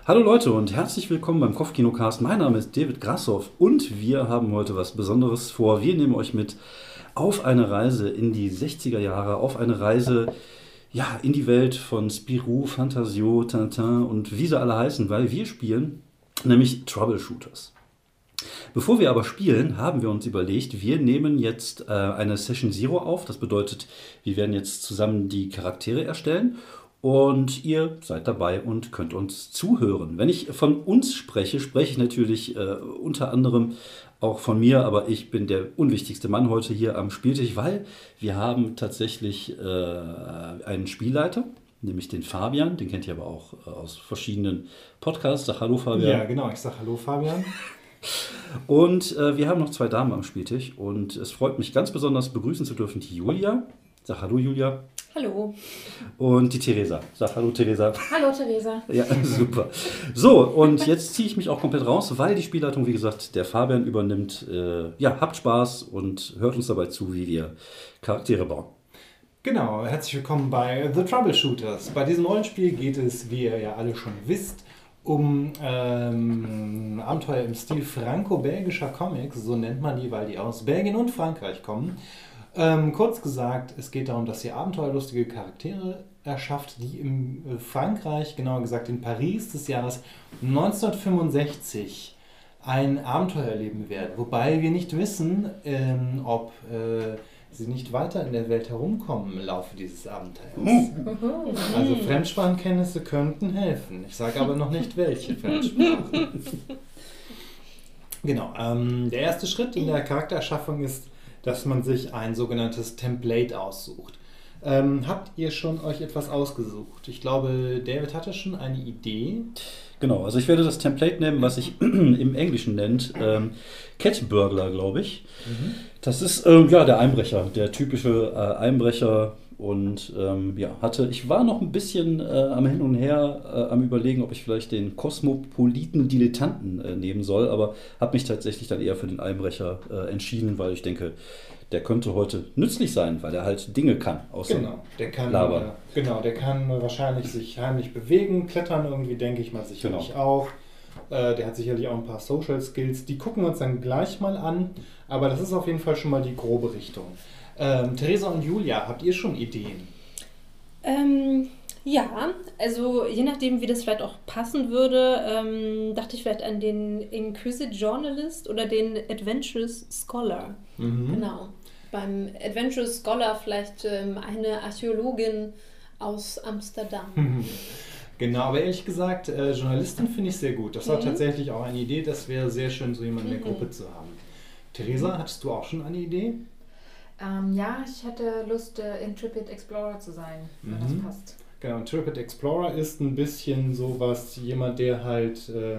Hallo Leute und herzlich willkommen beim Kopfkinocast. Mein Name ist David Grassoff und wir haben heute was Besonderes vor. Wir nehmen euch mit auf eine Reise in die 60er Jahre, auf eine Reise in die Welt von Spirou, Fantasio, Tintin und wie sie alle heißen, weil wir spielen nämlich Troubleshooters. Bevor wir aber spielen, haben wir uns überlegt, wir nehmen jetzt eine Session Zero auf. Das bedeutet, wir werden jetzt zusammen die Charaktere erstellen. Und ihr seid dabei und könnt uns zuhören. Wenn ich von uns spreche, spreche ich natürlich unter anderem auch von mir, aber ich bin der unwichtigste Mann heute hier am Spieltisch, weil wir haben tatsächlich einen Spielleiter, nämlich den Fabian, den kennt ihr aber auch aus verschiedenen Podcasts. Sag hallo Fabian. Ja, genau, ich sag hallo Fabian. Und wir haben noch zwei Damen am Spieltisch und es freut mich ganz besonders begrüßen zu dürfen die Julia. Sag hallo Julia. Hallo. Und die Theresa. Sag hallo Theresa. Hallo Theresa. Ja, super. So, und jetzt ziehe ich mich auch komplett raus, weil die Spielleitung, wie gesagt, der Fabian übernimmt. Habt Spaß und hört uns dabei zu, wie wir Charaktere bauen. Genau, herzlich willkommen bei The Troubleshooters. Bei diesem Rollenspiel geht es, wie ihr ja alle schon wisst, um Abenteuer im Stil franco-belgischer Comics, so nennt man die, weil die aus Belgien und Frankreich kommen. Kurz gesagt, es geht darum, dass ihr abenteuerlustige Charaktere erschafft, die in Frankreich, genauer gesagt in Paris des Jahres 1965 ein Abenteuer erleben werden. Wobei wir nicht wissen, ob sie nicht weiter in der Welt herumkommen im Laufe dieses Abenteuers. Also Fremdsprachenkenntnisse könnten helfen. Ich sage aber noch nicht, welche Fremdsprachen. Genau, der erste Schritt in der Charaktererschaffung ist, dass man sich ein sogenanntes Template aussucht. Habt ihr schon euch etwas ausgesucht? Ich glaube, David hatte schon eine Idee. Genau, also ich werde das Template nehmen, was sich im Englischen nennt. Cat Burglar, glaube ich. Mhm. Das ist der Einbrecher, der typische Einbrecher. Und ich war noch ein bisschen am Hin und Her am Überlegen, ob ich vielleicht den kosmopoliten Dilettanten nehmen soll, aber habe mich tatsächlich dann eher für den Einbrecher entschieden, weil ich denke, der könnte heute nützlich sein, weil er halt Dinge kann, außer der kann labern. Der kann wahrscheinlich sich heimlich bewegen, klettern irgendwie, denke ich mal sicherlich auch. Der hat sicherlich auch ein paar Social Skills, die gucken wir uns dann gleich mal an, aber das ist auf jeden Fall schon mal die grobe Richtung. Theresa und Julia, habt ihr schon Ideen? Ja, also je nachdem, wie das vielleicht auch passen würde, dachte ich vielleicht an den Inquisitive Journalist oder den Adventurous Scholar. Mhm. Genau. Beim Adventurous Scholar vielleicht eine Archäologin aus Amsterdam. Mhm. Genau, aber ehrlich gesagt, Journalistin finde ich sehr gut. Das war tatsächlich auch eine Idee, das wäre sehr schön, so jemanden in der Gruppe zu haben. Theresa, hattest du auch schon eine Idee? Ich hätte Lust, Intrepid Explorer zu sein, wenn das passt. Genau, Intrepid Explorer ist ein bisschen sowas, jemand, der halt,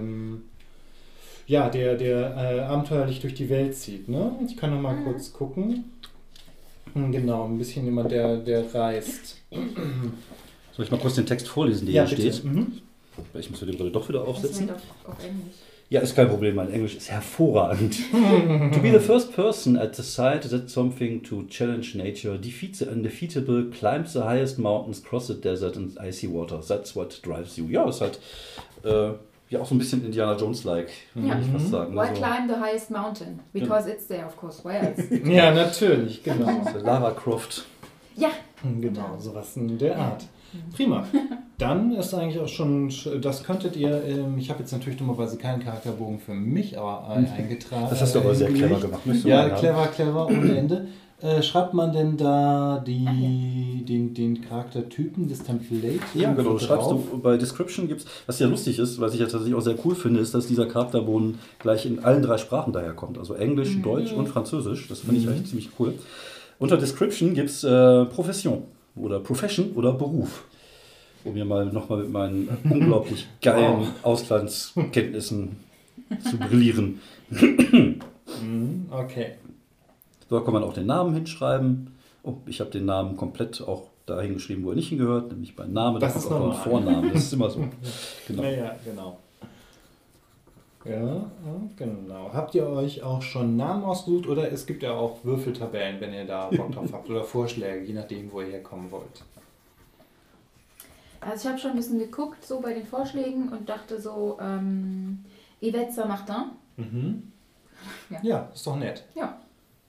der abenteuerlich durch die Welt zieht, ne? Ich kann noch mal kurz gucken. Genau, ein bisschen jemand, der reist. Soll ich mal kurz den Text vorlesen, der hier steht? Ich muss mir die Brille doch wieder aufsetzen. Das auf Englisch. Ja, ist kein Problem, mein Englisch ist hervorragend. To be the first person at the site that's something to challenge nature, defeat the undefeatable, climb the highest mountains, cross the desert and icy water. That's what drives you. Ja, ist halt auch so ein bisschen Indiana Jones-like, würde ich fast sagen. Why climb the highest mountain? Because it's there, of course. Where else? Ja, natürlich, genau. Lara Croft. Ja. Genau, sowas in der Art. Prima. Dann ist eigentlich auch schon, das könntet ihr, ich habe jetzt natürlich dummerweise keinen Charakterbogen für mich eingetragen. Das hast du aber sehr clever gemacht. Ja, clever, ohne Ende. Schreibt man denn da den Charaktertypen des Templates? Ja, genau. Das schreibst du bei Description gibt's. Was ja lustig ist, was ich ja tatsächlich auch sehr cool finde, ist, dass dieser Charakterbogen gleich in allen 3 Sprachen daherkommt. Also Englisch, Deutsch und Französisch. Das finde ich eigentlich ziemlich cool. Unter Description gibt es Profession oder Beruf. Um mir nochmal mit meinen unglaublich geilen Auslandskenntnissen zu brillieren. Okay. Da kann man auch den Namen hinschreiben. Oh, ich habe den Namen komplett auch dahin geschrieben, wo er nicht hingehört, nämlich bei Name, das ist auch Vornamen. Das ist immer so. Genau. Ja, genau. Ja, genau. Habt ihr euch auch schon Namen ausgesucht oder es gibt ja auch Würfeltabellen, wenn ihr da Bock drauf habt oder Vorschläge, je nachdem, wo ihr herkommen wollt? Also ich habe schon ein bisschen geguckt, so bei den Vorschlägen und dachte so, Yvette Saint-Martin. Mhm. Ja. Ja, ist doch nett. Ja.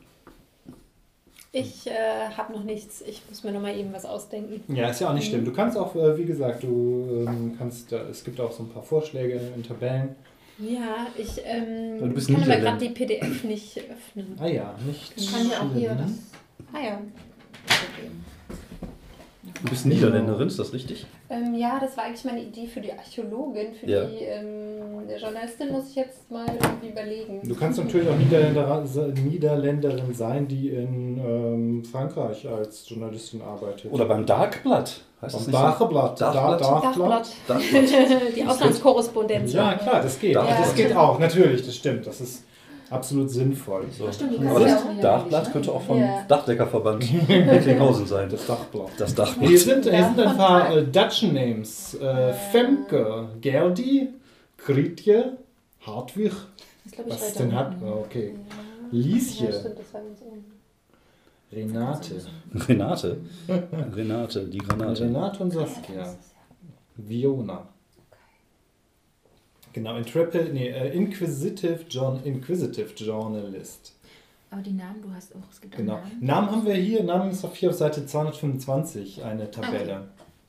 Ich habe noch nichts. Ich muss mir noch mal eben was ausdenken. Ja, ist ja auch nicht schlimm. Du kannst auch, wie gesagt, es gibt auch so ein paar Vorschläge in Tabellen. Ja, ich du bist kann aber Niederländer. gerade die PDF nicht öffnen. Ah ja, nicht Ich kann ja auch hier schlimm. das Ah ja. geben. Du bist Niederländerin, ist das richtig? Ja, das war eigentlich meine Idee für die Archäologin. Für Ja. die Journalistin muss ich jetzt mal irgendwie überlegen. Du kannst natürlich auch Niederländerin sein, die in Frankreich als Journalistin arbeitet. Oder beim Darkblatt. Heißt das Am nicht so? Dachblatt. Dachblatt. Dachblatt. Darkblatt. Die Auslandskorrespondenz. Ja, klar, das geht. Ja. Das geht auch, natürlich, das stimmt. Das ist absolut sinnvoll. So. Stimmt, du Aber kannst das ja auch niederländisch, Dachblatt ne? könnte auch vom Ja. Dachdeckerverband Recklinghausen sein. Das Dachblatt. Das Dachblatt. Hier sind ein paar Dutch Names. Femke, Gerdi, Grietje, Hartwig. Das glaube ich Was weiter denn hat? unten. Okay. Ja, Liesje, stimmt, das war ganz unten. Renate. Renate, die Granate. Renate und Saskia. Viona. Genau, Inquisitive Journalist. Aber die Namen, du hast auch, es gibt auch Genau. Namen. Namen haben wir hier, Namen ist hier auf Seite 225 eine Tabelle.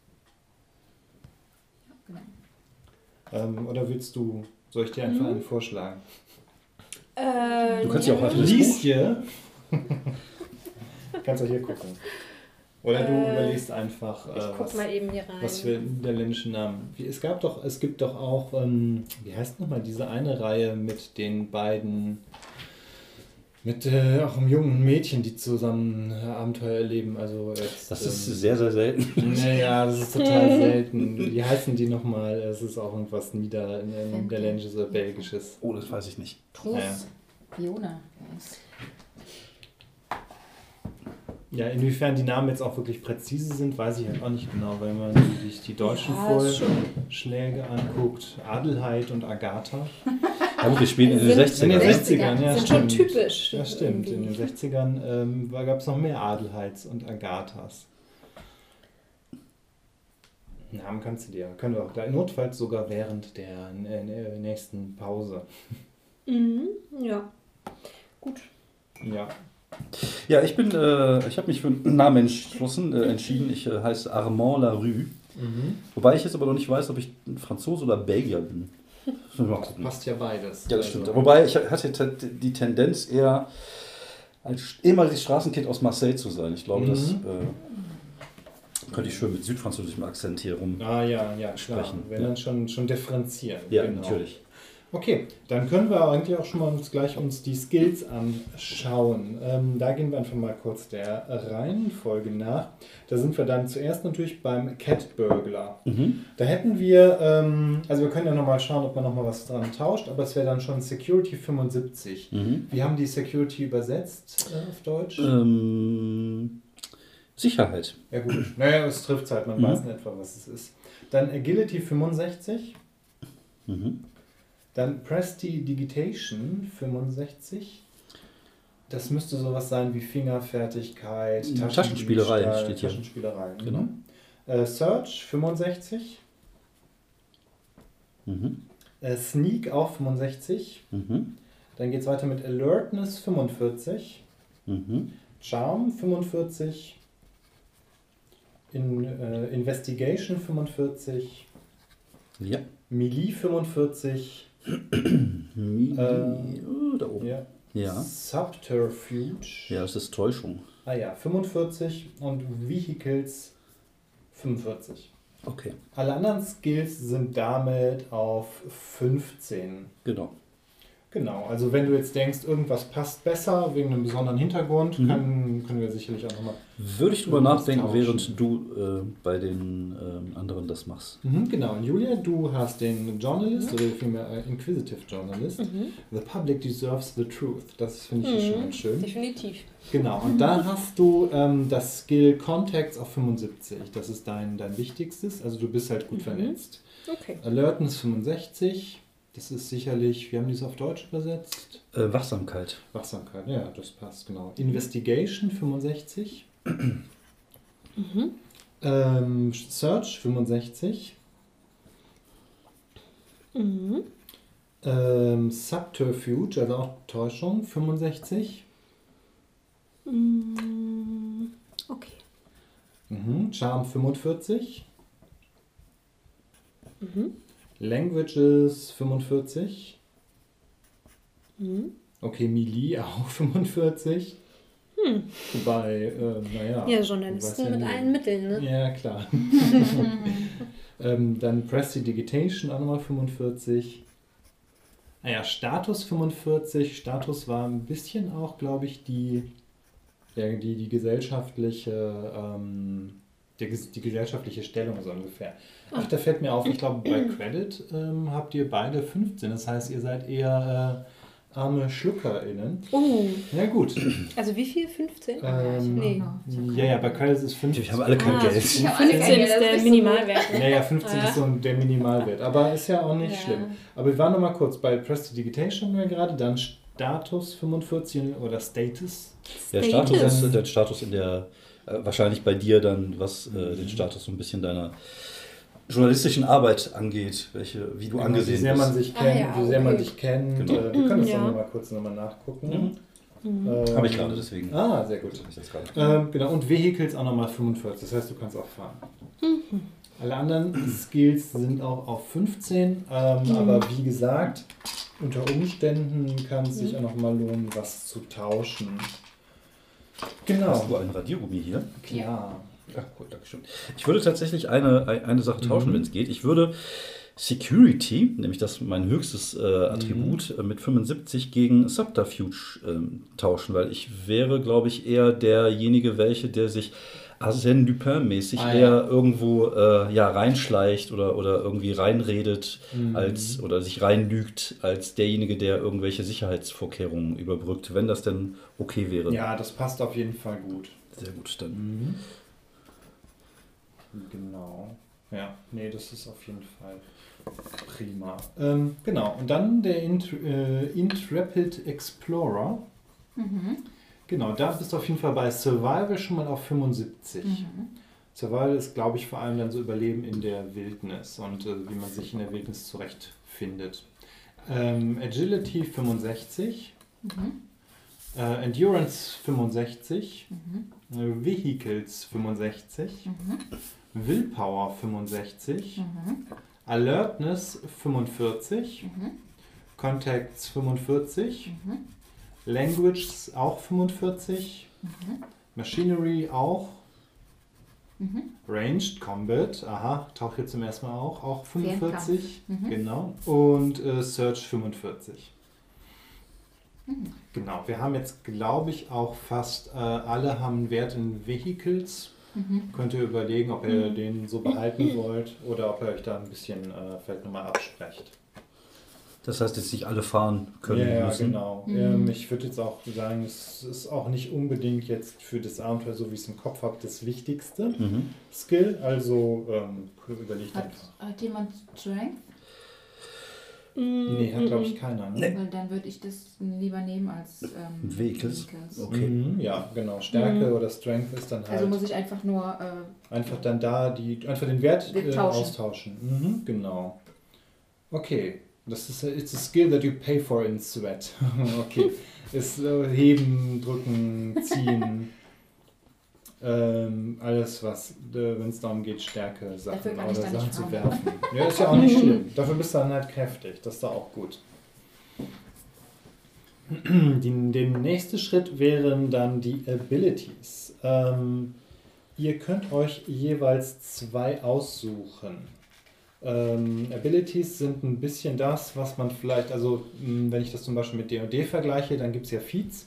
Genau. Oder soll ich dir einfach einen vorschlagen? Du kannst ja auch einfach das Buch. Liesje. Kannst du hier gucken. Oder du überlegst einfach, Ich guck mal eben hier rein. was für niederländische Namen. Es gibt doch auch, wie heißt nochmal diese eine Reihe mit den beiden, mit auch einem jungen Mädchen, die zusammen Abenteuer erleben. Also jetzt, Das ist sehr, sehr selten. naja, das ist total selten. Wie heißen die nochmal? Es ist auch irgendwas Niederländisches oder Belgisches. Oh, das weiß ich nicht. Trost, Fiona. Ja, inwiefern die Namen jetzt auch wirklich präzise sind, weiß ich halt auch nicht genau, weil man sich die deutschen Ja, ist Vorschläge anguckt. Adelheid und Agatha. Ja gut, wir spielen in den Sind- 60ern. In den ne? 60ern, ja, sind schon stimmt. typisch. Ja, stimmt. In den irgendwie. 60ern gab es noch mehr Adelheids und Agathas. Namen können wir auch gleich, notfalls sogar während der nächsten Pause. Mhm, ja. Gut. Ja. Ja, ich habe mich für einen Namen entschieden. Ich heiße Armand Larue. Wobei ich jetzt aber noch nicht weiß, ob ich ein Franzose oder Belgier bin. Müssen wir mal gucken. Passt ja beides. Ja, das stimmt. Also, Wobei ich hatte die Tendenz eher als ehemaliges Straßenkind aus Marseille zu sein. Ich glaube, das könnte ich schön mit südfranzösischem Akzent hier rum. ja, klar. Sprechen, Wenn ja. dann schon differenzieren. Ja, genau. natürlich. Okay, dann können wir eigentlich auch schon mal uns die Skills anschauen. Da gehen wir einfach mal kurz der Reihenfolge nach. Da sind wir dann zuerst natürlich beim Cat Burglar. Da hätten wir, also wir können ja nochmal schauen, ob man nochmal was dran tauscht, aber es wäre dann schon Security 75. Wie haben die Security übersetzt auf Deutsch? Sicherheit. Ja gut, naja, es trifft halt, man weiß in etwa, was es ist. Dann Agility 65. Dann Prestidigitation 65. Das müsste sowas sein wie Fingerfertigkeit, Taschenspielerei Taschendiebstahl, steht hier. Taschenspielerei. Genau. Search 65. Sneak auch 65. Dann geht es weiter mit Alertness 45. Charm 45. Investigation 45. Ja. Melee 45. Da oben. Ja. Ja. Subterfuge. Ja, das ist Täuschung. Ah ja, 45 und Vehicles 45. Okay, Alle anderen Skills sind damit auf 15. genau. Genau, also wenn du jetzt denkst, irgendwas passt besser wegen einem besonderen Hintergrund, können wir sicherlich auch nochmal. Würde ich drüber Irgendwas nachdenken, tauschen. während du bei den anderen das machst. Genau, und Julia, du hast den Journalist oder vielmehr Inquisitive Journalist. The public deserves the truth. Das finde ich schon ganz schön. Definitiv. Genau, und da hast du das Skill Contacts auf 75. Das ist dein wichtigstes. Also du bist halt gut vernetzt. Okay. Alertness 65. Das ist sicherlich, wie haben die es auf Deutsch übersetzt? Wachsamkeit. Wachsamkeit, ja, das passt, genau. Investigation 65. Search 65. Mhm. Subterfuge, also auch Täuschung 65. Okay. Charm 45. Mhm. Languages 45. Mhm. Okay, Melee auch 45. Wobei, naja. Ja, Journalisten mit allen Mitteln, ne? Ja, klar. Dann Prestidigitation auch nochmal 45. Naja, Status 45. Status war ein bisschen auch, glaube ich, die gesellschaftliche, die gesellschaftliche Stellung so ungefähr. Ach, da fällt mir auf, ich glaube, bei Credit habt ihr beide 15. Das heißt, ihr seid eher arme SchluckerInnen. Oh. Ja, gut. Also wie viel? 15? Nee. Ja, bei Credit ist 15. Wir haben alle kein Geld. 15 ist der Minimalwert. Ne? Ja, 15 ist so der Minimalwert. Aber ist ja auch nicht schlimm. Aber wir waren noch mal kurz bei Prestidigitation wir gerade, dann Status 45 oder Status. Der Status ist der Status in der, wahrscheinlich bei dir dann, was den Status so ein bisschen deiner journalistischen Arbeit angeht, wie du angesehen bist. Wie sehr man sich kennt, wie sehr man dich kennt. Genau. Wir können das dann noch mal kurz nachgucken. Habe ich gerade, deswegen. Ah, sehr gut. Genau, und Vehicles auch nochmal 45, das heißt, du kannst auch fahren. Alle anderen Skills sind auch auf 15, aber wie gesagt, unter Umständen kann es sich auch nochmal lohnen, was zu tauschen. Genau. Hast du einen Radiergummi hier? Klar. Ja, cool, danke schön. Ich würde tatsächlich eine Sache tauschen, wenn es geht. Ich würde Security, nämlich das mein höchstes Attribut, mit 75 gegen Subterfuge tauschen, weil ich wäre, glaube ich, eher derjenige, der sich Arsène Lupin-mäßig eher irgendwo reinschleicht oder irgendwie reinredet oder sich reinlügt, als derjenige, der irgendwelche Sicherheitsvorkehrungen überbrückt, wenn das denn okay wäre. Ja, das passt auf jeden Fall gut. Sehr gut, dann. Genau. Ja, nee, das ist auf jeden Fall prima. Genau, und dann der Intrepid Explorer. Genau, da bist du auf jeden Fall bei Survival schon mal auf 75. Survival ist, glaube ich, vor allem dann so Überleben in der Wildnis und wie man sich in der Wildnis zurechtfindet. Agility 65. Endurance 65. Vehicles 65. Willpower 65. Alertness 45. Contacts 45. Languages auch 45. Machinery auch. Ranged Combat, taucht hier zum ersten Mal auch 45. Genau. Und Search 45. Genau, wir haben jetzt, glaube ich, auch fast alle haben einen Wert in Vehicles. Könnt ihr überlegen, ob ihr den so behalten wollt oder ob ihr euch da ein bisschen vielleicht nochmal absprecht. Das heißt, jetzt nicht alle fahren können müssen. Ja, genau. Ich würde jetzt auch sagen, es ist auch nicht unbedingt jetzt für das Abenteuer, so wie ich es im Kopf habe, das wichtigste Skill. Also überlegt einfach. Hat jemand Strength? Nee, hat glaube ich keiner. Ne? Weil dann würde ich das lieber nehmen als Vehicles. Okay. Ja, genau. Stärke oder Strength ist dann halt. Also muss ich einfach nur einfach dann da einfach den Wert austauschen. Genau. Okay. Das ist it's a skill that you pay for in sweat. Okay. Ist heben, drücken, ziehen. Alles, was, wenn es darum geht, Stärke Sachen oder Sachen zu werfen. Ja, ist ja auch nicht schlimm. Dafür bist du dann halt kräftig. Das ist doch auch gut. Der nächste Schritt wären dann die Abilities. Ihr könnt euch jeweils 2 aussuchen. Abilities sind ein bisschen das, was man vielleicht, also wenn ich das zum Beispiel mit D&D vergleiche, dann gibt es ja Feats.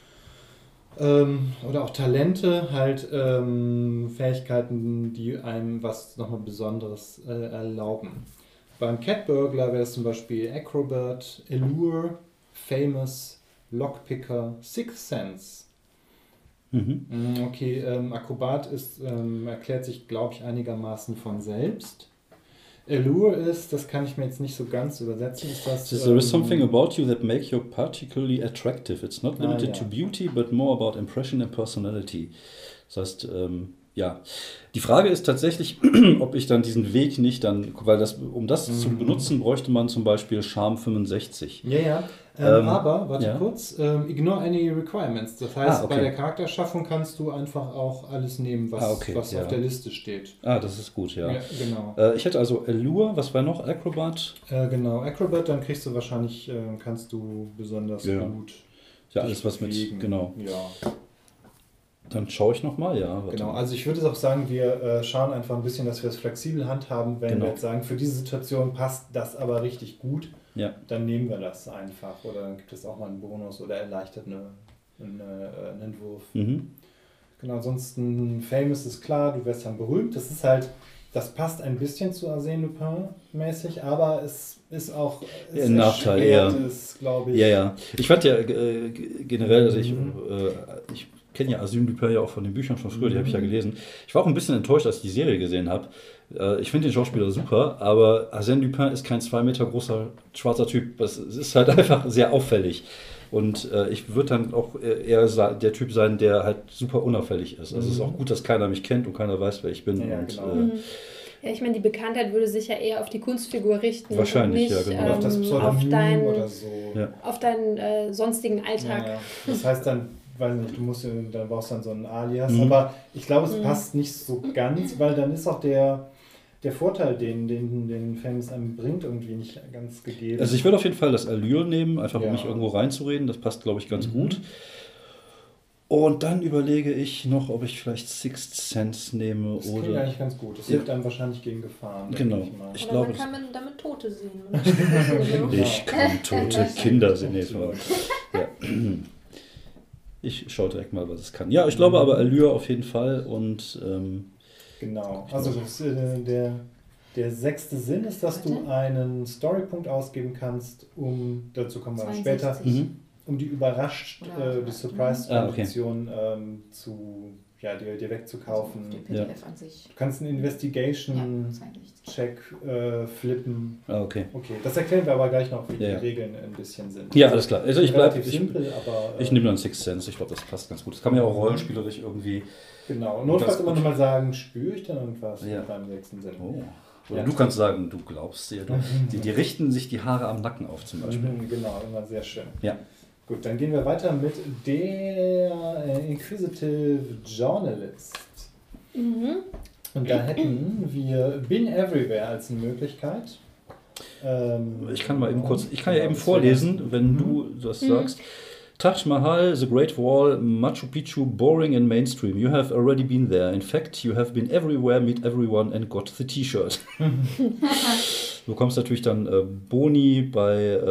Oder auch Talente, halt Fähigkeiten, die einem was nochmal Besonderes erlauben. Beim Cat Burglar wäre es zum Beispiel Acrobat, Allure, Famous, Lockpicker, Sixth Sense. Okay, Akrobat erklärt sich, glaube ich, einigermaßen von selbst. Allure ist, das kann ich mir jetzt nicht so ganz übersetzen. Ist das, there is something about you that makes you particularly attractive. It's not limited to beauty, but more about impression and personality. Das heißt, Ja, die Frage ist tatsächlich, ob ich dann diesen Weg nicht dann, weil um das zu benutzen, bräuchte man zum Beispiel Charme 65. Ja. Aber, warte kurz, ignore any requirements. Das heißt, bei der Charakterschaffung kannst du einfach auch alles nehmen, was auf der Liste steht. Das ist gut, ja. Genau. Ich hätte also Allure, was war noch? Acrobat? Genau, Acrobat, dann kriegst du wahrscheinlich, kannst du besonders gut. Ja, alles was mit, genau. Ja. Dann schaue ich nochmal, Genau, also ich würde auch sagen, wir schauen einfach ein bisschen, dass wir es flexibel handhaben. Wenn wir jetzt sagen, für diese Situation passt das aber richtig gut, dann nehmen wir das einfach. Oder dann gibt es auch mal einen Bonus oder erleichtert einen Entwurf. Genau, ansonsten Famous ist klar, du wirst dann berühmt. Das ist halt, das passt ein bisschen zu Arsène Lupin mäßig, aber es ist auch ein Nachteil, glaube ich. Ja. Ich fand ja generell, also ich kenne ja Arsène Lupin ja auch von den Büchern von früher, die habe ich ja gelesen. Ich war auch ein bisschen enttäuscht, als ich die Serie gesehen habe. Ich finde den Schauspieler super, aber Arsène Lupin ist kein 2 Meter großer schwarzer Typ. Es ist halt einfach sehr auffällig. Und ich würde dann auch eher der Typ sein, der halt super unauffällig ist. Also es ist auch gut, dass keiner mich kennt und keiner weiß, wer ich bin. Ja, und, genau. Ja, ich meine, die Bekanntheit würde sich ja eher auf die Kunstfigur richten. Wahrscheinlich, und nicht, ja, genau. Auf das Pseudonym oder so. Ja. Auf deinen sonstigen Alltag. Ja. Das heißt dann, weiß nicht, dann brauchst du dann so einen Alias. Aber ich glaube, es passt nicht so ganz, weil dann ist auch der Vorteil, den Famous einem bringt, irgendwie nicht ganz gegeben. Also ich würde auf jeden Fall das Allure nehmen, einfach um mich irgendwo reinzureden. Das passt, glaube ich, ganz gut. Und dann überlege ich noch, ob ich vielleicht Sixth Sense nehme. Das klingt eigentlich ganz gut. Das hilft einem wahrscheinlich gegen Gefahren. Genau. Ich glaube, man kann damit Tote sehen. Ich kann tote Kinder sehen. Ich schaue direkt mal, was es kann. Ja, ich glaube aber Allure auf jeden Fall. Und genau. Also der 6. Sinn ist, dass du einen Storypunkt ausgeben kannst, dazu kommen wir später, um die die Surprise-Tradition dir wegzukaufen. PDF an sich. Du kannst einen Investigation-Check flippen. Okay. Das erklären wir aber gleich noch, wie die Regeln ein bisschen sind. Ja, alles klar. Also ich simpel, aber ich nehme dann Sixth Sense. Ich glaube, das passt ganz gut. Das kann man ja auch rollenspielerisch irgendwie. Genau. Notfalls immer nochmal sagen, spüre ich denn irgendwas beim 6. Sinn? Oh. Oder du kannst sagen, du glaubst dir. Die richten sich die Haare am Nacken auf zum Beispiel. Genau, immer sehr schön. Ja. Gut, dann gehen wir weiter mit der Inquisitive Journalist. Und da hätten wir Been Everywhere als eine Möglichkeit. Ich kann mal eben eben vorlesen, wenn du das sagst. Taj Mahal, the Great Wall, Machu Picchu, boring and mainstream. You have already been there. In fact, you have been everywhere, meet everyone and got the T-Shirt. Du bekommst natürlich dann Boni bei,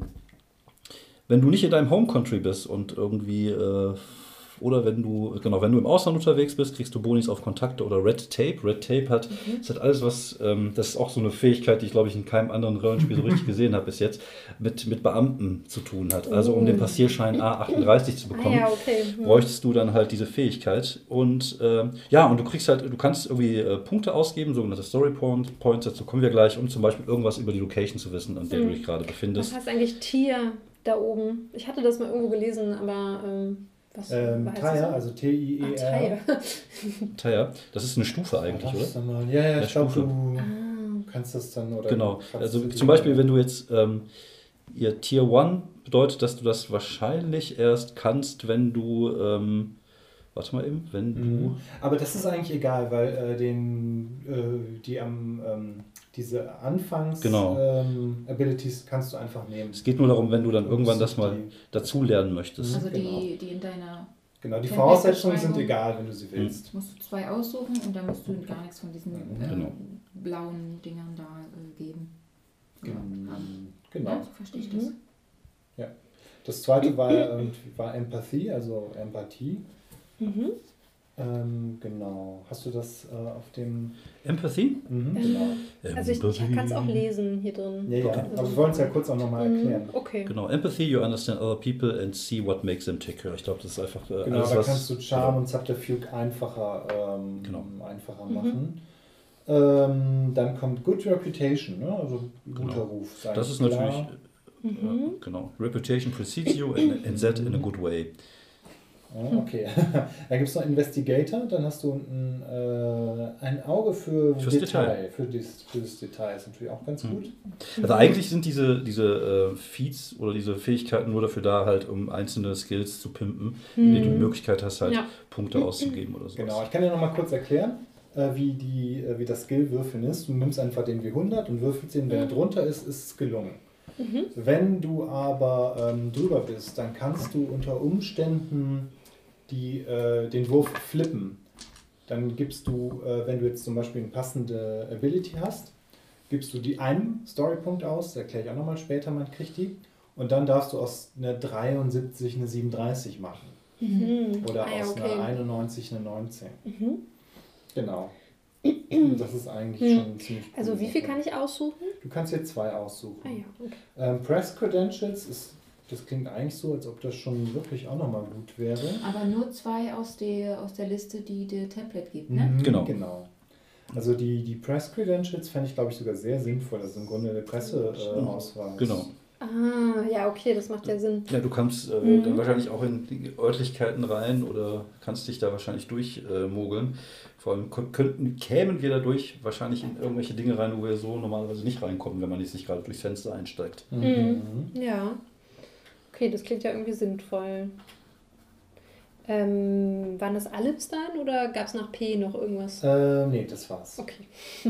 wenn du nicht in deinem Home Country bist und irgendwie, oder wenn du im Ausland unterwegs bist, kriegst du Bonis auf Kontakte oder Red Tape. Red Tape hat alles was, das ist auch so eine Fähigkeit, die ich glaube ich in keinem anderen Rollenspiel so richtig gesehen habe bis jetzt, mit Beamten zu tun hat. Also um den Passierschein A38 zu bekommen, bräuchtest du dann halt diese Fähigkeit. Und und du kannst irgendwie Punkte ausgeben, sogenannte Story Points, dazu kommen wir gleich, um zum Beispiel irgendwas über die Location zu wissen, an der du dich gerade befindest. Was heißt eigentlich Tier da oben? Ich hatte das mal irgendwo gelesen, aber Tyre, also T-I-E-R. Tyre, das ist eine Stufe eigentlich, oder? Ja, ich glaube, du kannst das dann, oder? Genau, also zum Beispiel, wenn du jetzt ihr Tier 1 bedeutet, dass du das wahrscheinlich erst kannst, wenn du, warte mal eben, wenn du... Aber das ist eigentlich egal, weil diese Anfangs-Abilities kannst du einfach nehmen. Es geht nur darum, wenn du dann irgendwann das mal dazu lernen möchtest. Also die in deiner... Genau, die Voraussetzungen sind egal, wenn du sie willst. Musst du 2 aussuchen und dann musst du gar nichts von diesen blauen Dingern da geben. Genau. Ja, so verstehe ich das. Ja. Das zweite war Empathie, also Empathie. Genau. Hast du das auf dem... Empathy? Genau. Also ich kann es auch lesen hier drin. Ja, aber wir wollen es ja kurz auch nochmal erklären. Okay. Genau, Empathy, you understand other people and see what makes them tick. Ich glaube, das ist einfach genau, alles, da kannst du Charme und Subterfuge einfacher machen. Dann kommt Good Reputation, ne? Also guter Ruf. Das ist natürlich, genau, Reputation precedes you and that in a good way. Okay. Da gibt es noch Investigator, dann hast du ein Auge für Fürs Detail. Für das Detail ist natürlich auch ganz gut. Also eigentlich sind diese Feats oder diese Fähigkeiten nur dafür da, halt um einzelne Skills zu pimpen, wenn du die Möglichkeit hast, halt Punkte auszugeben oder so. Genau, ich kann dir noch mal kurz erklären, wie das Skill-Würfeln ist. Du nimmst einfach den W100 und würfelst den, wenn er drunter ist es gelungen. Wenn du aber drüber bist, dann kannst du unter Umständen den Wurf flippen. Dann gibst du, wenn du jetzt zum Beispiel eine passende Ability hast, gibst du die einen Storypunkt aus, das erkläre ich auch nochmal später, man kriegt die. Und dann darfst du aus einer 73 eine 37 machen. Oder aus einer 91 eine 19. Genau. Das ist eigentlich schon ziemlich cool. Also wie viel kann ich aussuchen? Du kannst hier 2 aussuchen. Okay. Press Credentials das klingt eigentlich so, als ob das schon wirklich auch nochmal gut wäre. Aber nur 2 aus der Liste, die der Template gibt, ne? Genau. Also die Press Credentials fände ich, glaube ich, sogar sehr sinnvoll. Das ist im Grunde eine Presseauswahl. Genau. Ah, ja, okay, das macht ja Sinn. Ja, du kannst dann wahrscheinlich auch in die Örtlichkeiten rein oder kannst dich da wahrscheinlich durchmogeln. Vor allem kämen wir dadurch wahrscheinlich in irgendwelche Dinge rein, wo wir so normalerweise nicht reinkommen, wenn man jetzt nicht gerade durchs Fenster einsteigt. Ja. Okay, das klingt ja irgendwie sinnvoll. Waren das alle bis dahin oder gab es nach P noch irgendwas? Nee, das war's. Okay.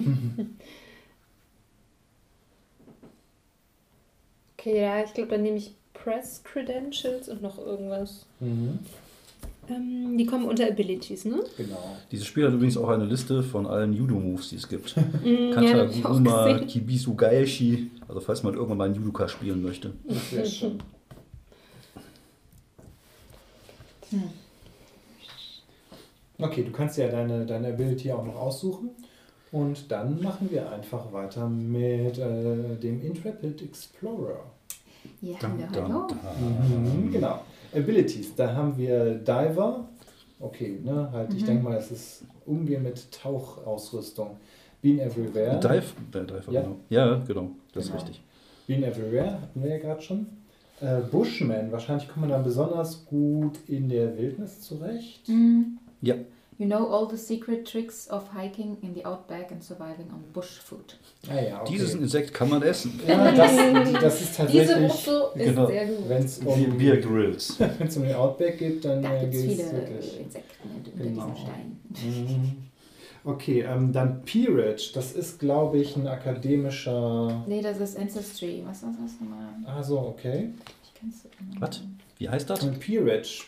Okay, ja, ich glaube, dann nehme ich Press Credentials und noch irgendwas. Die kommen unter Abilities, ne? Genau. Dieses Spiel hat übrigens auch eine Liste von allen Judo-Moves, die es gibt. Ja, Kata, hab ich auch Guruma, gesehen. Kibisu, Gaeshi. Also falls man irgendwann mal einen Judoka spielen möchte. Sehr schön. Okay, du kannst ja deine Ability auch noch aussuchen. Und dann machen wir einfach weiter mit dem Intrepid Explorer. Ja, Dun, hallo. Genau. Abilities, da haben wir Diver. Okay, ne, halt, ich denke mal, es ist Umgehen mit Tauchausrüstung. Being Everywhere. Dive, Ja. genau. Ja, genau, das Genau. ist richtig. Being Everywhere hatten wir ja gerade schon. Bushman, wahrscheinlich kommt man dann besonders gut in der Wildnis zurecht. Ja. You know all the secret tricks of hiking in the outback and surviving on bush food. Ah ja, okay. Dieses Insekt kann man essen. Ja, das ist Diese tatsächlich, Woche ist Genau. sehr gut. wenn es Wie Grills. um den Outback geht, dann Da gibt es geht viele es wirklich. Insekten unter Genau. diesen Steinen. Okay, dann Peerage, das ist, glaube ich, ein akademischer... Nee, das ist Ancestry. Was ist das nochmal? Ah so, okay. Ich kenn's Was? Wie heißt das? Peerage,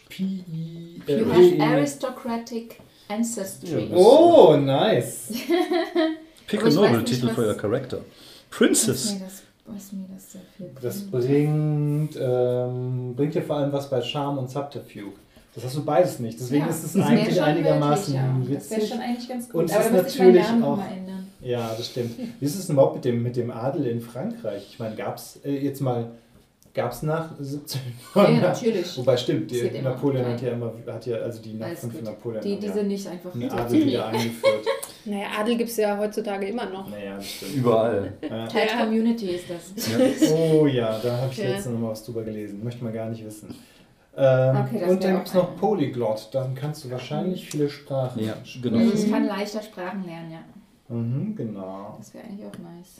Aristocratic Ancestry. Ja, Oh, nice. Pick Aber a ich weiß Noble nicht, Titel was- for your character. Princess. Was mir das sehr viel Das bringt. bringt dir vor allem was bei Charme und Subterfuge. Das hast du beides nicht. Deswegen Ja, ist es das wär eigentlich schon einigermaßen weltlich, ja. Das wäre witzig. schon eigentlich ganz gut. Und es Aber ist da müsste ich meinen natürlich Namen auch- mal ändern. Ja, das stimmt. Wie ist es denn überhaupt mit dem Adel in Frankreich? Ich meine, gab es nach 17? Ja, natürlich. Wobei stimmt, Das geht immer. Napoleon Nein. hat ja, also die Alles Nachfolge von gut. Napoleon Die haben sind nicht einfach ja einen Adel wieder eingeführt. Naja, Adel gibt es ja heutzutage immer noch. Naja, das stimmt. Überall. Tight Ja. Community ist das. Oh ja, da habe ich Ja. letztens noch mal was drüber gelesen. Möchte man gar nicht wissen. Okay, das und wäre dann auch gibt es noch ein- Polyglot. Dann kannst du wahrscheinlich viele Sprachen Ja, sprechen. genau. Also ich kann leichter Sprachen lernen, ja. Genau. Das wäre eigentlich auch nice.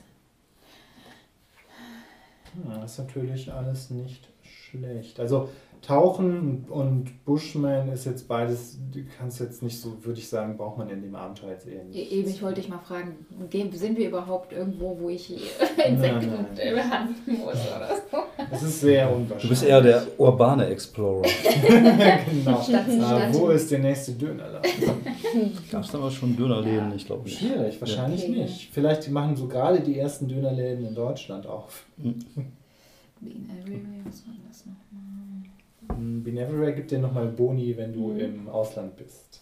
Ja, das ist natürlich alles nicht schlecht. Also Tauchen und Bushman ist jetzt beides, du kannst jetzt nicht so, würde ich sagen, braucht man in dem Abenteuer jetzt eher nicht. Eben, ich wollte dich mal fragen, sind wir überhaupt irgendwo, wo ich Insekten Nein. behandeln muss oder so? Es ist sehr unwahrscheinlich. Du bist eher der urbane Explorer. Genau. Stadt in Stadt. Wo ist der nächste Dönerladen? Gab es da aber schon Dönerläden? Ich glaube nicht. Schwierig, wahrscheinlich Okay. nicht. Vielleicht machen so gerade die ersten Dönerläden in Deutschland auf. Being everywhere, was war das noch? Being Everywhere gibt dir nochmal Boni, wenn du im Ausland bist.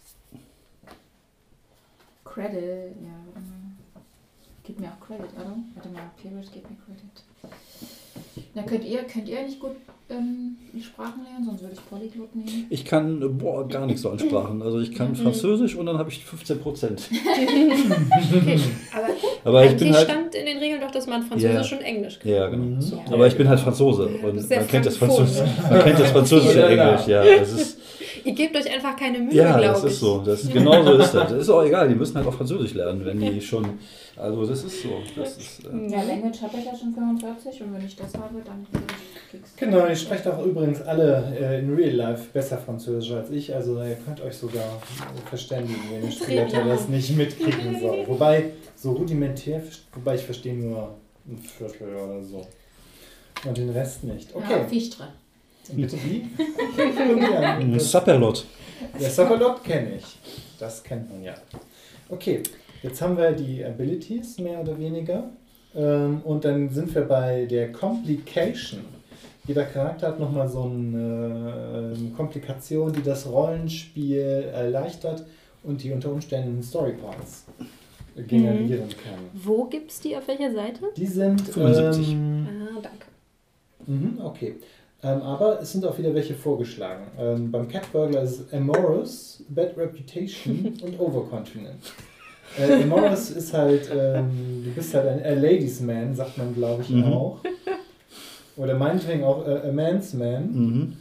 Credit, ja, warte mal. Gib mir auch Credit, oder? Warte mal, Peerage, gib mir Credit. Na, könnt ihr nicht gut die Sprachen lernen, sonst würde ich Polyglot nehmen. Ich kann gar nichts so an Sprachen. Also ich kann Französisch und dann habe ich 15%. Okay, aber Aber ich eigentlich bin halt... stand in den Regeln doch, dass man Französisch Ja. und Englisch kann. Ja, genau. Mhm. Aber ich bin halt Franzose und bist sehr man kennt das frankophon. französische Ja, Englisch. Ja, es ist, Ihr gebt euch einfach keine Mühe, Ja, glaube das ich. ist so. Genau so ist das. Das ist auch egal, die müssen halt auch Französisch lernen, wenn die schon... Also das ist so. Das ist, Ja, Language habe ich ja schon 45 und wenn ich das habe, dann kriegst du. Genau, ihr sprecht auch übrigens alle in Real Life besser Französisch als ich, also ihr könnt euch sogar verständigen, wenn ihr Spielleiter das nicht mitkriegen soll. Wobei, so rudimentär, wobei ich verstehe nur ein Viertel oder so. Und den Rest nicht. Okay. Ja, Fichtre. Bitte wie? ein Sapperlot. Der Sapperlot kenne ich. Das kennt man ja. Okay, jetzt haben wir die Abilities, mehr oder weniger. Und dann sind wir bei der Complication. Jeder Charakter hat nochmal so eine Komplikation, die das Rollenspiel erleichtert und die unter Umständen Storyparts generieren kann. Wo gibt's die? Auf welcher Seite? Die sind 75. Danke. Okay. Aber es sind auch wieder welche vorgeschlagen. Beim Cat Burglar ist es Amorous, Bad Reputation und Overconfident. Amorous ist halt, du bist halt ein Ladies Man, sagt man glaube ich auch. Oder meinetwegen auch a Man's Man.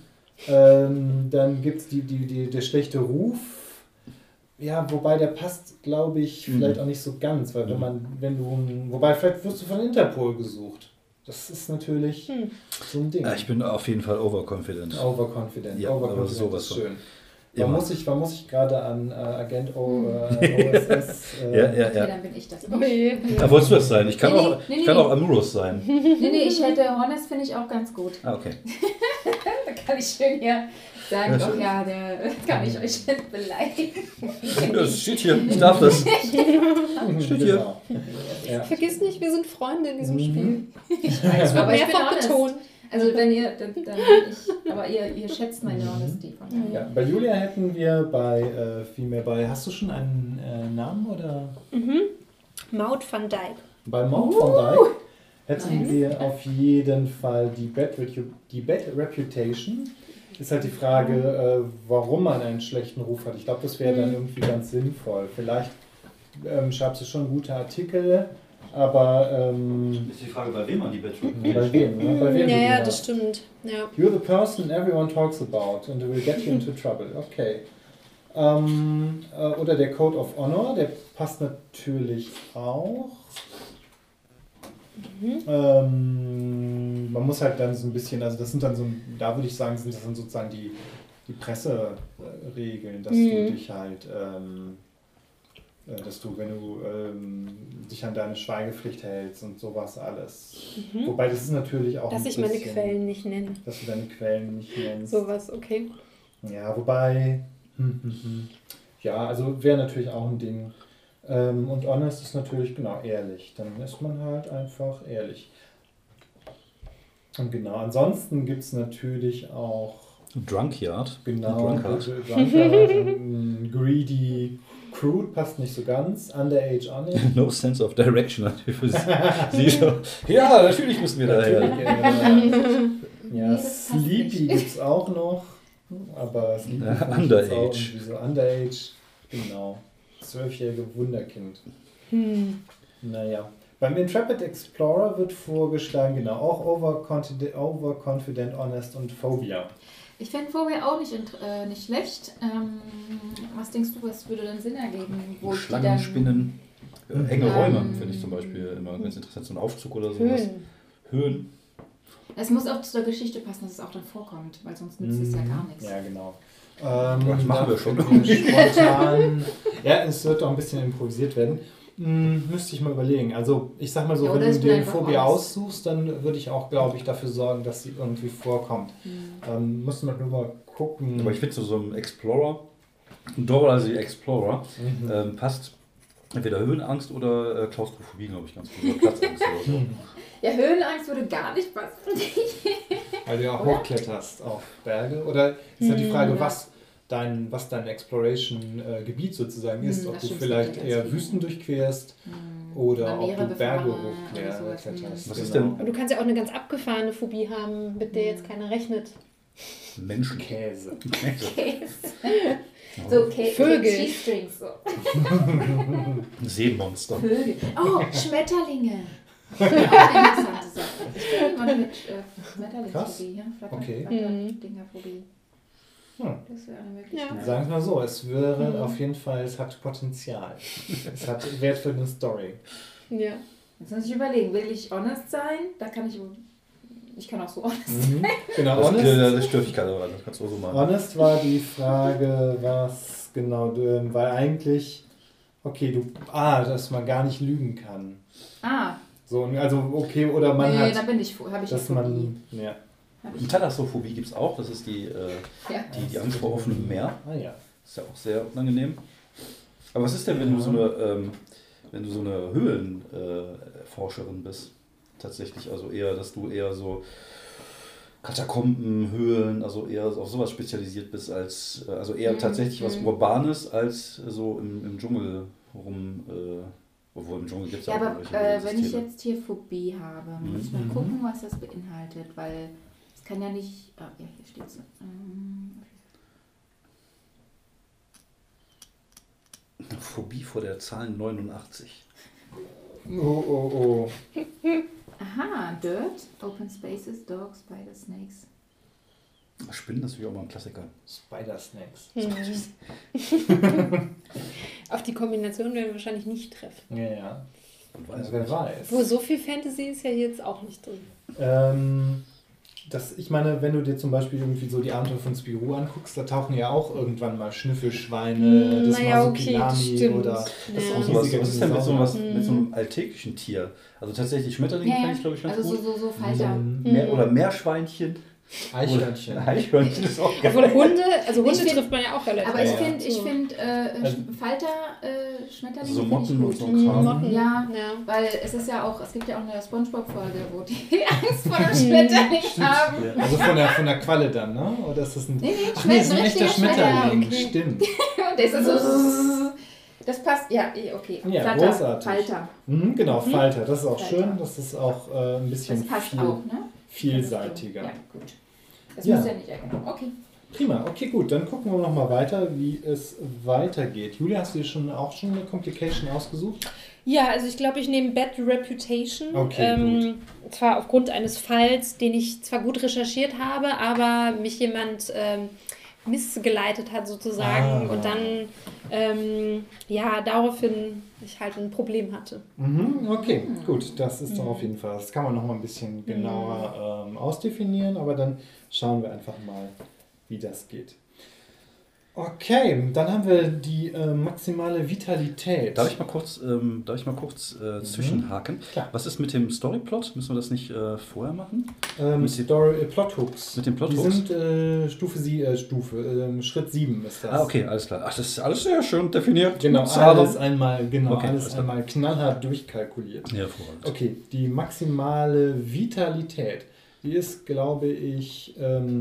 Dann gibt es der schlechte Ruf. Ja, wobei der passt, glaube ich, vielleicht auch nicht so ganz, weil wobei vielleicht wirst du von Interpol gesucht. Das ist natürlich so ein Ding. Ja, ich bin auf jeden Fall overconfident. Overconfident. Ja, Overconfident aber sowas ist schön. Immer. Wann muss ich gerade an Agent OSS? Okay, dann bin ich das nicht. Okay. Da wolltest du das sein. Ich kann Nee. auch Amurus sein. Nee, ich hätte Honest finde ich auch ganz gut. Ah, okay. Da kann ich schön hier sagen, doch ja, der kann ich euch nicht beleidigen. Das steht hier. Ich darf das. Steht hier. Genau. Ja. Vergiss nicht, wir sind Freunde in diesem Spiel. Ich weiß, aber ich bin Mehrfach honest. betont. Also wenn ihr, dann aber ihr schätzt meine Honesty von daher. Ja, bei Julia hätten wir hast du schon einen Namen oder? Maud van Dijk. Bei Maud van Dijk hätten wir auf jeden Fall die Bad Reputation. Ist halt die Frage, warum man einen schlechten Ruf hat. Ich glaube, das wäre dann irgendwie ganz sinnvoll. Vielleicht schreibst du schon gute Artikel, aber Ist die Frage, bei wem man die Bad bei wem? Ne? Bei wem du die Ja, hast. das stimmt. Ja. You're the person everyone talks about and it will get you into trouble. Okay. Oder der Code of Honor, der passt natürlich auch. Man muss halt dann so ein bisschen, also das sind dann so, da würde ich sagen, sind das dann sozusagen die Presseregeln, dass du dich halt, dass du, wenn du dich an deine Schweigepflicht hältst und sowas alles. Wobei das ist natürlich auch Dass ein ich meine bisschen, Quellen nicht nenne. dass du deine Quellen nicht nennst. Sowas, okay. Ja, wobei, ja, also wäre natürlich auch ein Ding. Und honest ist natürlich, genau, ehrlich. Dann ist man halt einfach ehrlich. Und genau, ansonsten gibt es natürlich auch, Drunkyard. genau, Drunkard. greedy, crude passt nicht so ganz, underage honest. No sense of direction. Sie schon. Ja, natürlich müssen wir daher. Ja, Nee, das passt sleepy nicht. gibt es auch noch, aber sleepy Ja, finde ich jetzt auch underage. irgendwie so underage, genau. 12-jährige Wunderkind. Naja. Beim Intrepid Explorer wird vorgeschlagen, genau, auch overconfident, honest und Phobia. Ich finde Phobia auch nicht schlecht. Was denkst du, was würde dann Sinn ergeben? Wo Schlangen, die dann, Spinnen, enge Räume finde ich zum Beispiel immer ganz interessant. So ein Aufzug oder sowas. Höhen. Es muss auch zu der Geschichte passen, dass es auch dann vorkommt, weil sonst nützt es ja gar nichts. Ja, genau. Das machen wir schon. Spontan. Ja, es wird auch ein bisschen improvisiert werden. Müsste ich mal überlegen. Also ich sag mal so, Ja, wenn oder du es dir eine bleibt Phobie auch aus. aussuchst, dann würde ich auch, glaube ich, dafür sorgen, dass sie irgendwie vorkommt. Muss man nur mal gucken. Aber ich finde so ein Explorer, Dora the Explorer, passt entweder Höhenangst oder Klaustrophobie, glaube ich, ganz gut. Oder Platzangst oder so. Ja, Höhenangst würde gar nicht passen. Weil du ja auch Oder? hochkletterst auf Berge. Oder ist ja die Frage, was dein Exploration-Gebiet sozusagen ist. Ob das du stimmt, vielleicht ganz eher viel. Wüsten durchquerst oder ob Meere du Berge befahren oder sowas. hochkletterst. Was ist Genau. denn Und du kannst ja auch eine ganz abgefahrene Phobie haben, mit der jetzt keiner rechnet. Menschen? Käse. So, Vögel. Cheese-Strings. So. Seemonster. Vögel. Oh, Schmetterlinge. Auch eine interessante Sache. Ich kenne jemanden mit Schmetterlingsphobie. Ja? Okay. Flatterdingerphobie. Das wäre eine Möglichkeit. Ja. Sagen wir mal so, es wäre auf jeden Fall, es hat Potenzial. Es hat Wert für eine Story. Ja. Jetzt muss ich überlegen, will ich honest sein? Da kann ich kann auch so honest sein. Genau, Das stört dich keiner, das kannst du auch so machen. honest war die Frage, was genau, weil eigentlich, okay, dass man gar nicht lügen kann. So, also okay, oder man hat, da habe ich dass eine man, ja. Die Thalassophobie gibt es auch, das ist die Angst vor offenem Meer. Ah ja. Ist ja auch sehr unangenehm. Aber was ist denn, wenn du so eine Höhlenforscherin bist? Tatsächlich, also eher, dass du eher so Katakomben, Höhlen, also eher auf sowas spezialisiert bist, als also eher tatsächlich was Urbanes als so im Dschungel rum. Obwohl im Dschungel gibt es Ja, aber irgendwelche wenn ich Systeme. jetzt hier Phobie habe, muss ich mal gucken, was das beinhaltet, weil es kann ja nicht. Ja, hier steht es. Phobie vor der Zahl 89. Oh. Aha, Dirt, Open Spaces, Dogs, Spiders, Snakes. Spinnen, das ist natürlich auch mal ein Klassiker. Spider-Snakes. Auf die Kombination werden wir wahrscheinlich nicht treffen. Ja. Und weiß Wer nicht. weiß. Wo so viel Fantasy ist ja jetzt auch nicht drin. Ich meine, wenn du dir zum Beispiel irgendwie so die Abenteuer von Spirou anguckst, da tauchen ja auch irgendwann mal Schnüffelschweine, das Masukilami stimmt. oder Ja. das Auch sowas, riesige was ist denn mit so, Dinosaurier. mit so einem alltäglichen Tier? Also tatsächlich Schmetterlinge kann ich, glaube ich, ganz also gut. so Falter. Oder Meerschweinchen. Eichhörnchen. Oder Eichhörnchen ist auch geil. Obwohl Hunde find- trifft man ja auch relativ. Aber ich Ja. finde Falter, Schmetterlinge So find Motten ich und gut. so ein Kram. Motten. Ja, Ja. weil es ist ja auch, es gibt ja auch eine Spongebob-Folge, wo die Angst vor dem Schmetterling haben. Ja, also von der Qualle dann, ne? Oder ist das ein... Nee, Ach nee, ist ein echter richtiger Schmetterling. okay. Stimmt. Und der ist dann so. Das passt, ja, okay. Ja, großartig. Falter. Genau, Falter. Das ist auch Falter. schön. Das ist auch ein bisschen Das passt auch, ne? vielseitiger. Ja, gut. Das Ja. muss ja nicht erkennen. Okay. Prima, okay, gut. Dann gucken wir nochmal weiter, wie es weitergeht. Julia, hast du dir auch schon eine Complication ausgesucht? Ja, also ich glaube, ich nehme Bad Reputation. Okay, zwar aufgrund eines Falls, den ich zwar gut recherchiert habe, aber mich jemand missgeleitet hat sozusagen und dann daraufhin ich halt ein Problem hatte. Okay, gut. Das ist doch auf jeden Fall. Das kann man nochmal ein bisschen genauer ausdefinieren, aber dann schauen wir einfach mal, wie das geht. Okay, dann haben wir die maximale Vitalität. Darf ich mal kurz zwischenhaken? Klar. Was ist mit dem Storyplot? Müssen wir das nicht vorher machen? Plothooks. Mit den Plothooks? Die sind Schritt 7 ist das. Ah, okay, alles klar. Ach, das ist alles sehr schön definiert. Genau, Mit Zahlen. alles einmal alles klar. knallhart durchkalkuliert. Ja, hervorragend. Okay, die maximale Vitalität, die ist, glaube ich,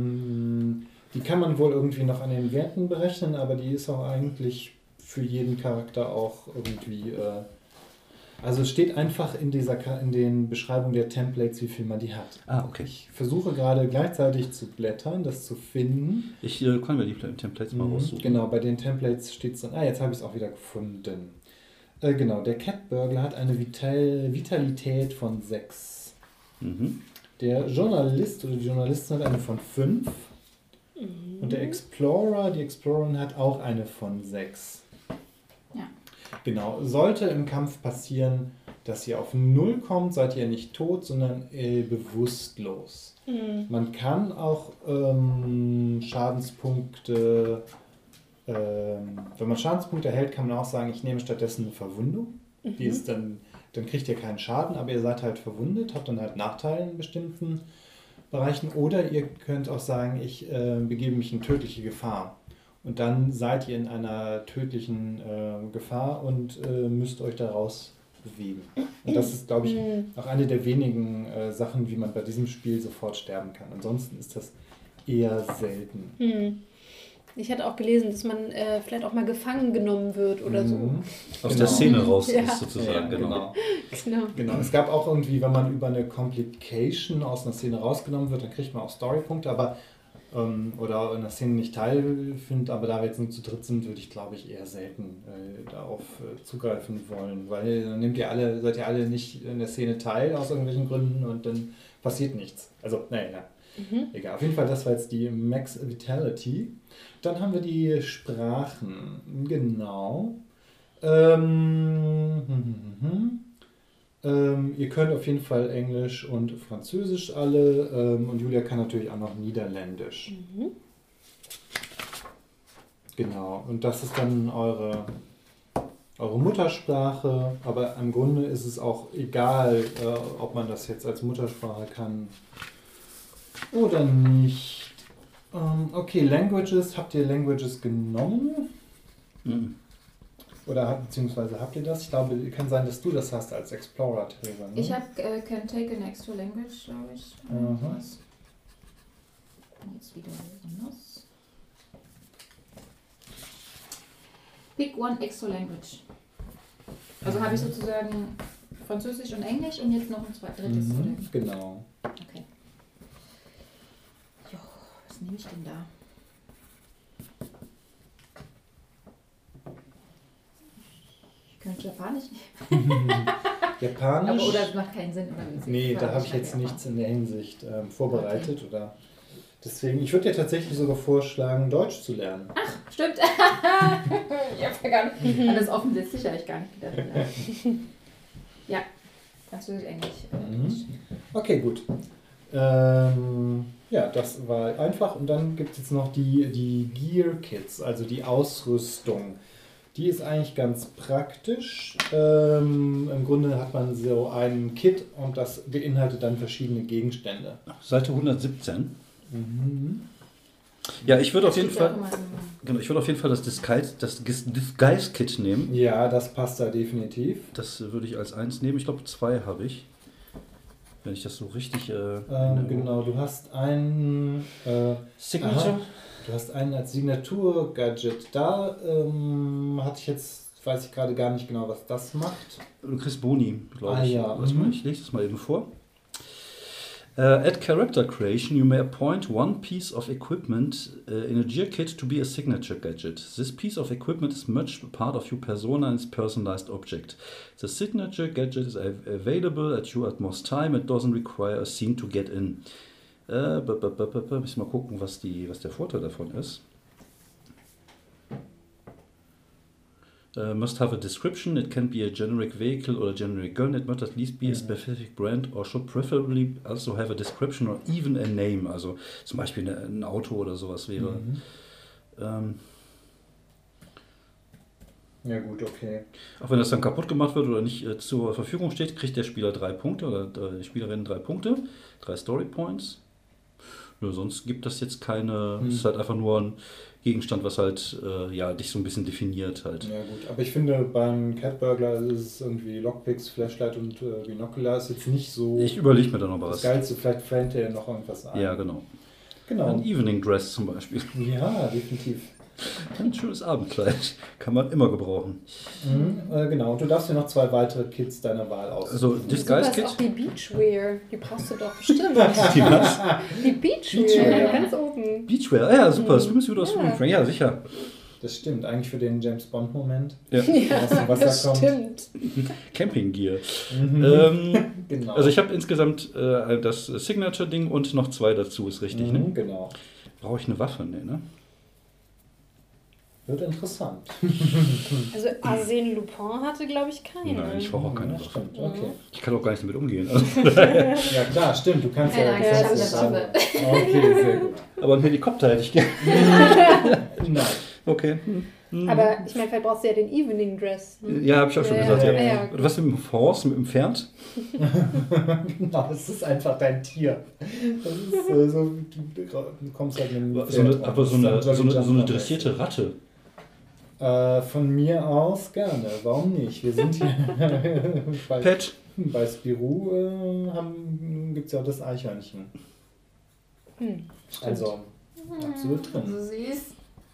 die kann man wohl irgendwie noch an den Werten berechnen, aber die ist auch eigentlich für jeden Charakter auch irgendwie, also es steht einfach in den Beschreibungen der Templates, wie viel man die hat. Ah, okay. Ich versuche gerade gleichzeitig zu blättern, das zu finden. Ich kann mir die Templates mal raussuchen. Genau, bei den Templates steht es dann. Ah, jetzt habe ich es auch wieder gefunden. Genau, der Cat Burglar hat eine Vitalität von 6. Der Journalist oder die Journalistin hat eine von 5. Und der Explorer, die Explorerin hat auch eine von 6. Ja. Genau, sollte im Kampf passieren, dass ihr auf 0 kommt, seid ihr nicht tot, sondern bewusstlos. Man kann auch Schadenspunkte, wenn man Schadenspunkte erhält, kann man auch sagen, ich nehme stattdessen eine Verwundung. Die ist dann kriegt ihr keinen Schaden, aber ihr seid halt verwundet, habt dann halt Nachteile in bestimmten Bereichen. Oder ihr könnt auch sagen, ich begebe mich in tödliche Gefahr. Und dann seid ihr in einer tödlichen Gefahr und müsst euch daraus bewegen. Und das ist, glaube ich, auch eine der wenigen Sachen, wie man bei diesem Spiel sofort sterben kann. Ansonsten ist das eher selten. Ich hatte auch gelesen, dass man vielleicht auch mal gefangen genommen wird oder so. Aus der Szene raus Ja. ist sozusagen, Ja, genau. Genau. Es gab auch irgendwie, wenn man über eine Complication aus einer Szene rausgenommen wird, dann kriegt man auch Storypunkte, aber oder in einer Szene nicht teilfindet, aber da wir jetzt nur zu dritt sind, würde ich, glaube ich, eher selten darauf zugreifen wollen, weil dann seid ihr alle nicht in der Szene teil aus irgendwelchen Gründen und dann passiert nichts. Also, naja. Egal, auf jeden Fall, das war jetzt die Max Vitality. Dann haben wir die Sprachen. Genau. Ihr könnt auf jeden Fall Englisch und Französisch alle. Und Julia kann natürlich auch noch Niederländisch. Genau. Und das ist dann eure Muttersprache. Aber im Grunde ist es auch egal, ob man das jetzt als Muttersprache kann oder nicht. Okay, Languages. Habt ihr Languages genommen? Oder beziehungsweise habt ihr das? Ich glaube, kann sein, dass du das hast als Explorer, Theresa. Ne? Ich habe can take an extra language, glaube ich. Was? Jetzt wieder anders. Pick one extra language. Also habe ich sozusagen Französisch und Englisch und jetzt noch ein drittes. Genau. Okay. Jo, was nehme ich denn da? Ich könnte Japanisch nehmen. Japanisch? Oder es macht keinen Sinn. Oder nee, da habe ich jetzt nichts in der Hinsicht vorbereitet. Okay. Oder deswegen, ich würde dir tatsächlich sogar vorschlagen, Deutsch zu lernen. Ach, stimmt. Ich habe gar nicht. Alles offensichtlich habe ich gar nicht gedacht. Ja, Französisch, Englisch. Okay, gut. Ja, das war einfach. Und dann gibt es jetzt noch die Gear Kits, also die Ausrüstung. Die ist eigentlich ganz praktisch. Im Grunde hat man so ein Kit und das beinhaltet dann verschiedene Gegenstände. Seite 117. Ja, ich würde auf jeden Fall das Disguise-Kit nehmen. Ja, das passt da definitiv. Das würde ich als 1 nehmen. Ich glaube, 2 habe ich. Wenn ich das so richtig... genau, du hast einen... Signature? Du hast einen als Signatur-Gadget. Da weiß ich gerade gar nicht genau, was das macht. Du kriegst Boni, glaube ich. Ja. Ich lese das mal eben vor. At character creation, you may appoint one piece of equipment in a gear kit to be a signature gadget. This piece of equipment is much part of your persona and is personalized object. The signature gadget is available at your utmost time. It doesn't require a scene to get in. Muss ich mal gucken, was der Vorteil davon ist. Must have a description. It can be a generic vehicle or a generic gun. It must at least be a specific brand or should preferably also have a description or even a name. Also zum Beispiel ein Auto oder sowas wäre. Ja gut, okay. Auch wenn das dann kaputt gemacht wird oder nicht zur Verfügung steht, kriegt der Spieler 3 Punkte oder die Spielerin 3 Punkte, 3 Story Points. Ja, sonst gibt das jetzt keine. Es ist halt einfach nur ein Gegenstand, was halt dich so ein bisschen definiert halt. Ja gut, aber ich finde beim Cat Burglar ist es irgendwie Lockpicks, Flashlight und Binocular ist jetzt nicht so. Ich überlege mir da noch was. Das Geilste, vielleicht fällt dir noch irgendwas ein. Ja, genau. Ein Evening Dress zum Beispiel. Ja, definitiv. Ein schönes Abendkleid. Kann man immer gebrauchen. Genau, und du darfst dir noch 2 weitere Kits deiner Wahl aussuchen. Also Disguise Kit. Auch die Beachwear, die brauchst du doch bestimmt. Die was? Die Beachwear, ganz oben. Beachwear, ja super, Swimsuit aus Swimming Frank, ja sicher. Das stimmt, eigentlich für den James Bond Moment. Ja, das stimmt. Camping Gear. Genau. Also ich habe insgesamt das Signature-Ding und noch 2 dazu, ist richtig, ne? Genau. Brauche ich eine Waffe? Nee, ne? Wird interessant. Also Arsène Lupin hatte, glaube ich, keine. Nein, ich brauche auch keine Waffe. Stimmt, okay. Ich kann auch gar nicht damit umgehen. Also, Ja klar, stimmt, du kannst ja... Okay, sehr gut. aber einen Helikopter hätte ich gerne. Nein. Okay. Aber ich meine, vielleicht brauchst du ja den Evening Dress. Ne? Ja, habe ich auch schon gesagt. Ja. Ja. Du warst mit dem Horse, mit dem Pferd? Genau, das ist einfach dein Tier. Das ist so, du kommst halt mit dem Pferd Aber so eine dressierte Ratte. Von mir aus gerne, warum nicht? Wir sind hier Pet. bei Spirou gibt es ja auch das Eichhörnchen. Also absolut drin. So süß.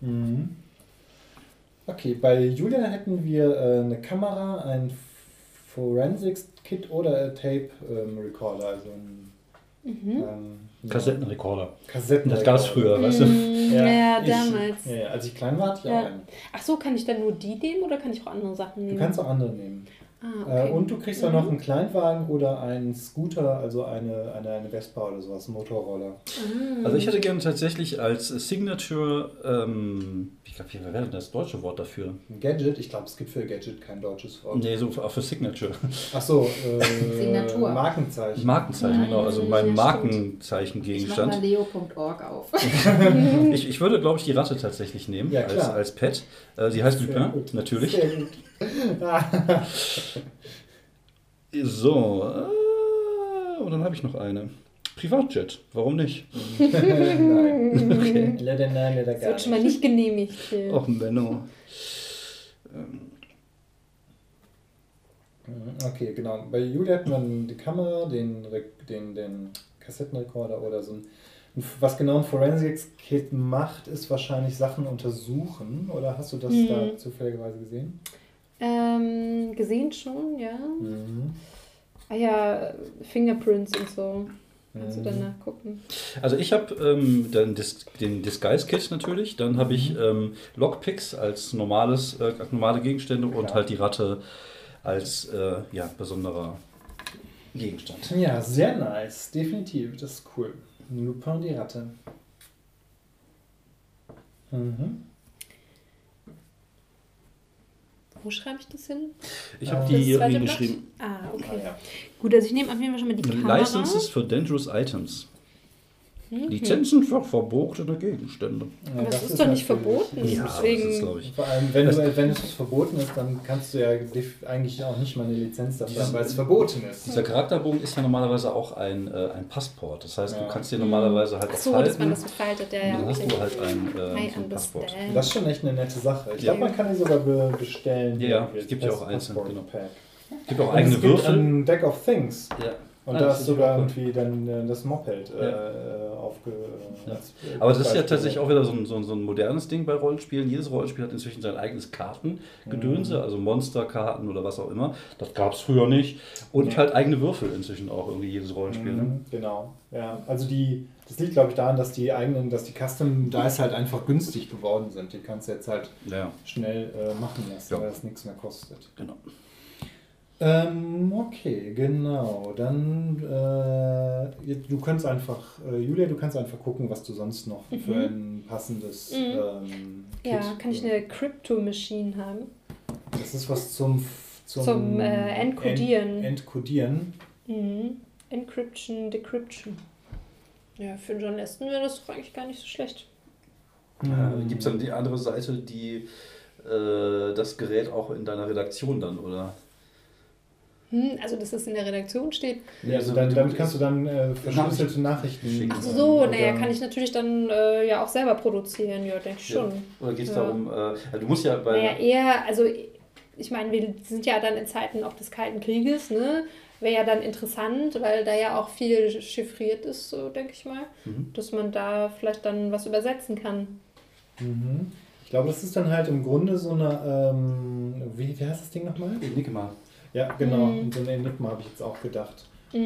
Okay, bei Julia hätten wir eine Kamera, ein Forensics-Kit oder ein Tape-Recorder, also ein Kassettenrekorder. Kassettenrekorder. Das gab es früher, weißt du? Ja, damals. Als ich klein war, hatte ich auch einen. Ach so, kann ich dann nur die nehmen oder kann ich auch andere Sachen nehmen? Du kannst auch andere nehmen. Okay. Und du kriegst dann noch einen Kleinwagen oder einen Scooter, also eine Vespa oder sowas, einen Motorroller. Also ich hätte gerne tatsächlich als Signature, ich glaube, wie wäre denn das deutsche Wort dafür? Ein Gadget, ich glaube, es gibt für Gadget kein deutsches Wort. Nee, so auch für Signature. Achso, Signatur. Markenzeichen. Markenzeichen, genau. Also mein ja, Markenzeichen-Gegenstand. Ich mach mal leo.org auf. Ich würde, glaube ich, die Ratte tatsächlich nehmen Ja, klar. als Pet. Sie heißt Sehr Lupin, gut. natürlich. Sehr gut. So, und dann habe ich noch eine. Privatjet, warum nicht? Nein. Okay. Leider nein, leider Das gar wird schon mal nicht genehmigt. Phil. Och, Menno. Okay, genau. Bei Julia hat man die Kamera, den Kassettenrekorder oder so ein. Was genau ein Forensics-Kit macht, ist wahrscheinlich Sachen untersuchen. Oder hast du das da zufälligerweise gesehen? Gesehen schon, ja. Ah ja, Fingerprints und so. Kannst du dann nachgucken. Also ich habe den Disguise-Kit natürlich, dann habe ich Lockpicks als normale Gegenstände und halt die Ratte als besonderer Gegenstand. Ja, sehr nice. Definitiv. Das ist cool. Lupin und die Ratte. Wo schreibe ich das hin? Ich habe Das die hier zweite hingeschrieben. Blatt? Ah, okay. Ah, ja. Gut, also ich nehme auf jeden Fall schon mal die Kamera. Licenses for dangerous items. Lizenzen für verbotene Gegenstände. Ja, Aber das ist doch nicht verboten. Ja, Deswegen. das ist, glaube ich. Vor allem, wenn es verboten ist, dann kannst du ja eigentlich auch nicht mal eine Lizenz dafür haben, weil es verboten ist. Dieser Charakterbogen ist ja normalerweise auch ein Passport. Das heißt, du kannst dir normalerweise halt Ach auch so, dass man falten. das so faltet, ja. Und dann hast du halt so I ein Passport. understand. Das ist schon echt eine nette Sache. Ich Ja. glaube, man kann die sogar bestellen. Ja, Irgendwie es gibt ja als auch einzeln, Passport genau. Pack. Es gibt auch Und eigene es gibt Würfel. ein Deck of Things. Ja. Und Ah, da das ist ist sogar cool. irgendwie dann das Moped aufge... Ja. als, Aber das ist ja Beispiel. tatsächlich auch wieder so ein modernes Ding bei Rollenspielen. Jedes Rollenspiel hat inzwischen sein eigenes Kartengedönse, also Monsterkarten oder was auch immer. Das gab es früher nicht. Und halt eigene Würfel inzwischen auch irgendwie jedes Rollenspiel. Ne? Genau, ja. Also das liegt, glaube ich, daran, dass die Custom Dice halt einfach günstig geworden sind. Die kannst du jetzt halt Ja, schnell machen lassen, Ja. weil das nichts mehr kostet. genau. Okay, genau. Dann, du kannst einfach, Julia, du kannst einfach gucken, was du sonst noch für ein passendes Kit. Ja, kann ich eine Crypto-Machine haben? Das ist was zum Encodieren. Entkodieren. Encryption, Decryption. Ja, für einen Journalisten wäre das doch eigentlich gar nicht so schlecht. Gibt es dann die andere Seite, die das Gerät auch in deiner Redaktion dann, oder? Also, dass das in der Redaktion steht. Ja, also damit kannst du dann verschlüsselte Nachrichten schicken. Ach so, oder- naja, kann ich natürlich dann ja auch selber produzieren, ja, denke ich schon. Oder geht es Ja. darum, du musst ja bei... Naja, eher, also ich meine, wir sind ja dann in Zeiten auch des Kalten Krieges, ne? Wäre ja dann interessant, weil da ja auch viel chiffriert ist, so denke ich mal, dass man da vielleicht dann was übersetzen kann. Ich glaube, das ist dann halt im Grunde so eine, wie heißt das Ding nochmal? Enigma. Ja, genau, so eine Enigma habe ich jetzt auch gedacht.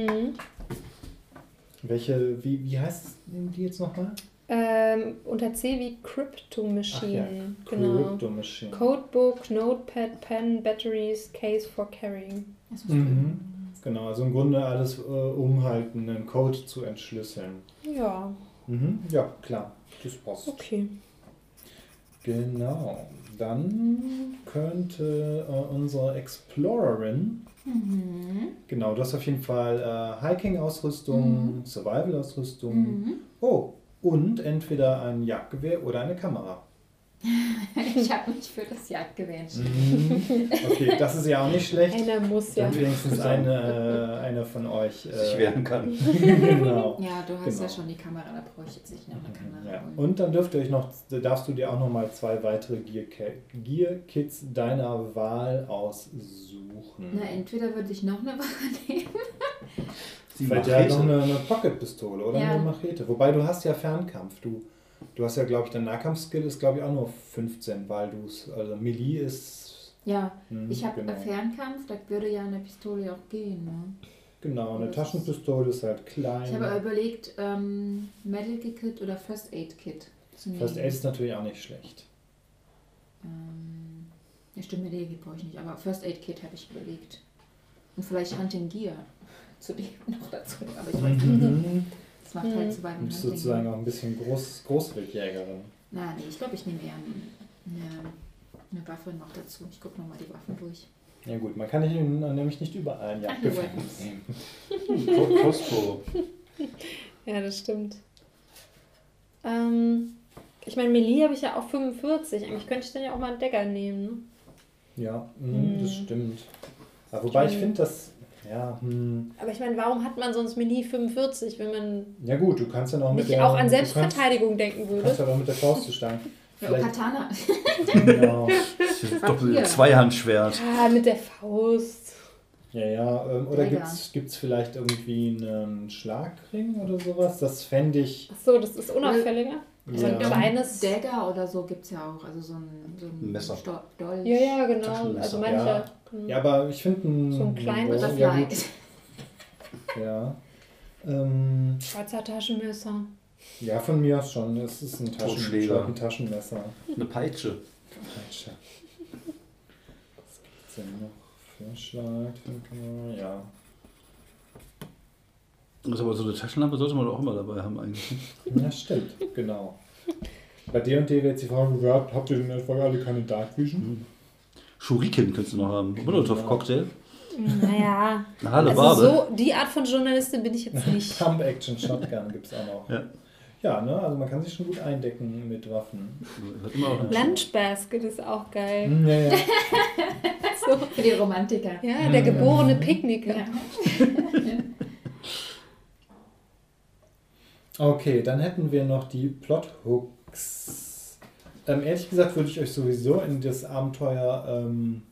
Wie heißt die jetzt nochmal? Unter C wie Crypto Machine. Ach ja, Genau. Crypto Machine. Codebook, Notepad, Pen, Batteries, Case for Carrying. Das ist schön. Genau, also im Grunde alles, um halt einen Code zu entschlüsseln. Ja, Ja, klar, das passt. okay. Genau, dann könnte unsere Explorerin, genau, du hast auf jeden Fall Hiking-Ausrüstung, Survival-Ausrüstung, und entweder ein Jagdgewehr oder eine Kamera. Ich habe mich für das Jagdgewehr entschieden. Okay, das ist ja auch nicht schlecht. Einer muss ja. Dann wenigstens eine von euch sich wehren kann. genau. Ja, du hast Genau. ja schon die Kamera, da brauche ich jetzt nicht noch eine Kamera Ja. holen. Und dann darfst du dir auch nochmal 2 weitere Gear-Kits deiner Wahl aussuchen. Na, entweder würde ich noch eine Waffe nehmen. Die Vielleicht ja noch Machete. eine Pocket-Pistole oder Ja. eine Machete. Wobei du hast ja Fernkampf. Du hast ja, glaube ich, dein Nahkampf-Skill ist, glaube ich, auch nur 15, weil also Melee ist... Ja, ich habe genau. Fernkampf, da würde ja eine Pistole auch gehen. Ne? Genau, eine Das Taschenpistole ist halt klein. Ich habe überlegt, Medical Kit oder First Aid Kit zu nehmen. First Aid ist natürlich auch nicht schlecht. Ja, Ja, stimmt, Melee brauche ich nicht, aber First Aid Kit habe ich überlegt. Und vielleicht Hunting Gear zu dem noch dazu. Aber ich weiß nicht. Das macht halt zu weit. Du bist sozusagen auch ein bisschen Großwildjägerin. Na, nee, ich glaube, ich nehme eher eine Waffe noch dazu. Ich gucke nochmal die Waffen durch. Ja gut, man kann nämlich nicht überall ein Jagdgefängnis nehmen. Crossbow. Ja, das stimmt. Ich meine, Melee habe ich ja auch 45. Eigentlich könnte ich dann ja auch mal einen Dagger nehmen. Ne? Ja, das stimmt. Aber wobei ich finde, dass... Ja, Aber ich meine, warum hat man sonst Melee 45, wenn man ja gut, du kannst ja noch mit nicht auch an Selbstverteidigung denken Du kannst würde? ja doch mit der Faust zu schlagen. Ja, Katana. Genau. Zweihandschwert. Ah, mit der Faust. Ja, oder Dagger. gibt's vielleicht irgendwie einen Schlagring oder sowas? Das fände ich... Achso, das ist unauffälliger. So ein Ja. kleines. Dagger oder so gibt es ja auch. Also so ein Messer. Dolch. Ja, genau. Taschenmesser. Also manche. Ja. Ja, aber ich finde So ein kleines. Oder ja, vielleicht. gut. Ja. Schwarzer Taschenmesser. Ja, von mir aus schon. Es ist ein Totschläger. Ein Taschenmesser. Eine Peitsche. Peitsche. Was gibt's denn noch? Flashlight. Ja. Das ist aber so eine Taschenlampe sollte man doch auch immer dabei haben eigentlich. Ja, stimmt. Genau. Bei D&D wird die Frage, habt ihr denn etwa alle keine Dark Vision? Shuriken könntest du noch haben. Molotov-Cocktail. Naja. Eine Halle Also Barbe. so die Art von Journalistin bin ich jetzt nicht. Pump-Action-Shotgun gibt es auch noch. Ja. Ja, ne? Also man kann sich schon gut eindecken mit Waffen. Wird immer auch Lunchbasket ist auch geil. Ja, ja. So. Für die Romantiker. Ja, der geborene Picknicker. Ja. Okay, dann hätten wir noch die Plothooks. Ehrlich gesagt würde ich euch sowieso in das Abenteuer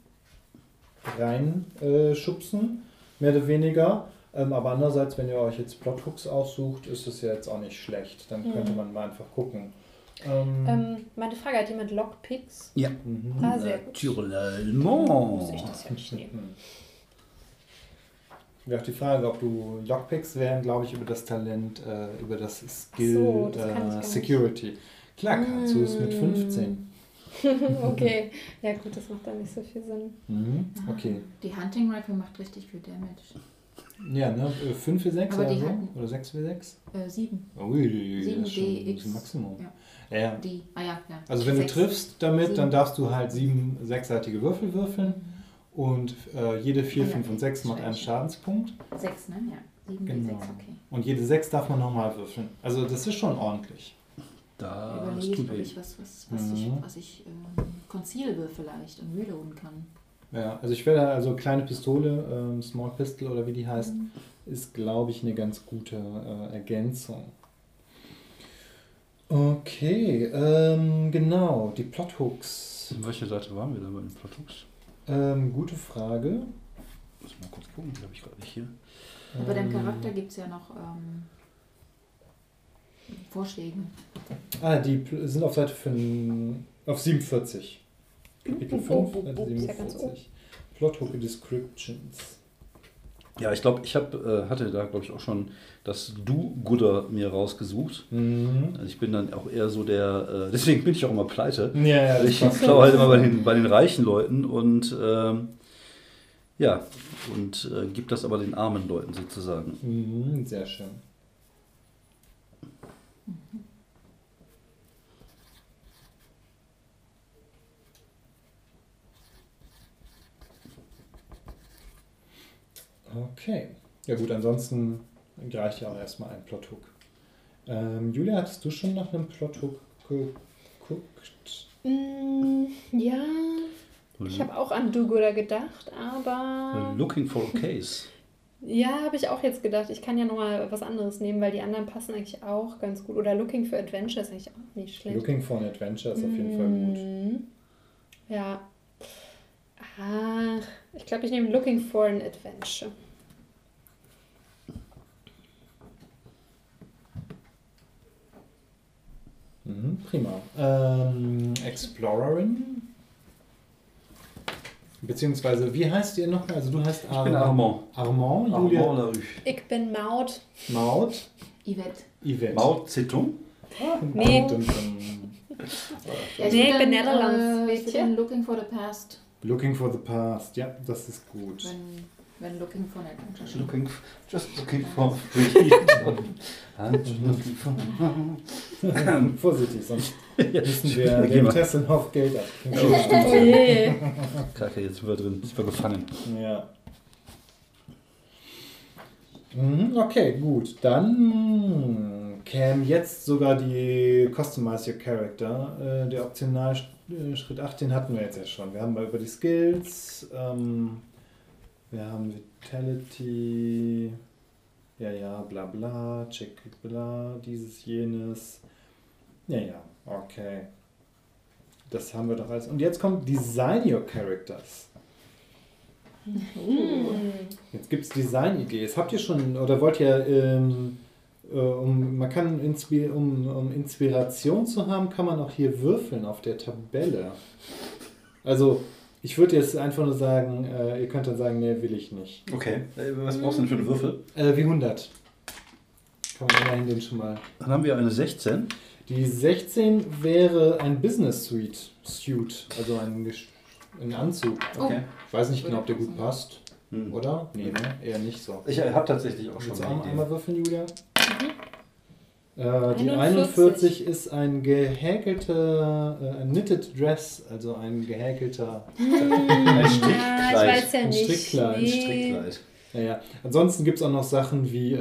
reinschubsen, mehr oder weniger. Aber andererseits, wenn ihr euch jetzt Plothooks aussucht, ist es ja jetzt auch nicht schlecht. Dann könnte man mal einfach gucken. Meine Frage, hat jemand Lockpicks? Ja. Ah, sehr gut. Muss ich das ja nicht nehmen. Wäre auch die Frage, ob du Lockpicks wären, glaube ich, über das Talent, über das Skill so, das kann ich gar nicht. Security. Klar kannst du es mit 15. Okay, ja gut, das macht dann nicht so viel Sinn. Mhm. Okay. Die Hunting Rifle macht richtig viel Damage. Ja, ne? 5 für 6 Aber oder die so? hatten- Oder 6 für 6? 7. Ui, 7 das ist schon DX. das Maximum. Ja. Ja. Die. Ah ja, ja. Also wenn 6. du triffst damit, 7. dann darfst du halt 7 sechsseitige Würfel würfeln und jede 4, Ah ja, 5 und 6 macht einen Schwäche. Schadenspunkt 6, ne? Ja. 7 Genau. D6, okay. und jede 6 darf man nochmal würfeln. Also das ist schon ordentlich. Das Überlege tut ich, ob weh. ich Mhm. was ich Conceal vielleicht und reloaden kann. Ja, also ich werde also kleine Pistole, Small Pistol oder wie die heißt, ist glaube ich eine ganz gute Ergänzung. Okay, genau, die Plothooks. Auf welcher Seite waren wir da bei den Plothooks? Gute Frage. Muss mal kurz gucken, die habe ich gerade nicht hier. Und bei deinem Charakter gibt es ja noch Vorschläge. Die sind auf Seite 5, auf 47. Kapitel 5, Seite Ist ja ganz 47. Plothook Descriptions. Ja, ich glaube, hatte da, glaube ich, auch schon das Do-Gooder mir rausgesucht. Mhm. Also ich bin dann auch eher so der, deswegen bin ich auch immer pleite. Ja, das Ich passt. klaue halt immer bei den reichen Leuten und gebe das aber den armen Leuten sozusagen. Mhm, sehr schön. Okay. Ja gut, ansonsten reicht ja auch erstmal ein Plothook. Julia, hattest du schon nach einem Plothook geguckt? Ja, ich habe auch an Do-Gooder gedacht, aber Looking for a case. ja, habe ich auch jetzt gedacht. Ich kann ja nochmal was anderes nehmen, weil die anderen passen eigentlich auch ganz gut. Oder Looking for Adventure ist eigentlich auch nicht schlecht. Looking for an Adventure ist auf jeden Fall gut. Ja. Ich glaube, ich nehme Looking for an Adventure. Mhm, prima. Explorerin? Beziehungsweise, wie heißt ihr nochmal? Also du heißt Ich bin Armand. Armand, Julia. Armand Larue. Ich bin Maud. Maud. Yvette. Yvette. Mao Zedong? Nee. Dum, dum, dum. Ja, Nee, ich bin dann, Netherlands, ich bin Mädchen. dann Looking for the Past. Looking for the past, ja, das ist gut. Wenn Looking for an Adventure. Just looking for freedom. Vorsichtig, sonst müssen wir Geh dem mal. Tessenhoff Geld ab. Oh je. Kacke, jetzt sind wir drin, jetzt sind wir gefangen. Ja. Okay, gut. Dann käme jetzt sogar die Customize Your Character. Der Optionalschritt 8, den hatten wir jetzt ja schon. Wir haben mal über die Skills, wir haben Vitality, ja, bla bla, check bla, dieses, jenes. Ja, okay. Das haben wir doch alles. Und jetzt kommt Design Your Characters. Jetzt gibt es Design-Ideen. Habt ihr schon, oder wollt ihr, man kann um Inspiration zu haben, kann man auch hier würfeln auf der Tabelle. Also, ich würde jetzt einfach nur sagen, ihr könnt dann sagen, nee, will ich nicht. Okay, was brauchst du denn für einen Würfel? Wie 100. Kann man immerhin den schon mal. Dann haben wir eine 16. Die 16 wäre ein Business Suit, also ein Anzug. Okay. Ich weiß nicht genau, ob der gut passt, oder? Nee, ne? Eher nicht so. Ich habe tatsächlich auch schon Willst du eine auch Idee. einmal würfeln, Julia? Die 41 ist ein gehäkelter, ein Knitted Dress, also ein gehäkelter Ein Ich Strickkleid. weiß ja Ein nicht. Strickkleid. Nee. Strickkleid. Ja. Ansonsten gibt es auch noch Sachen wie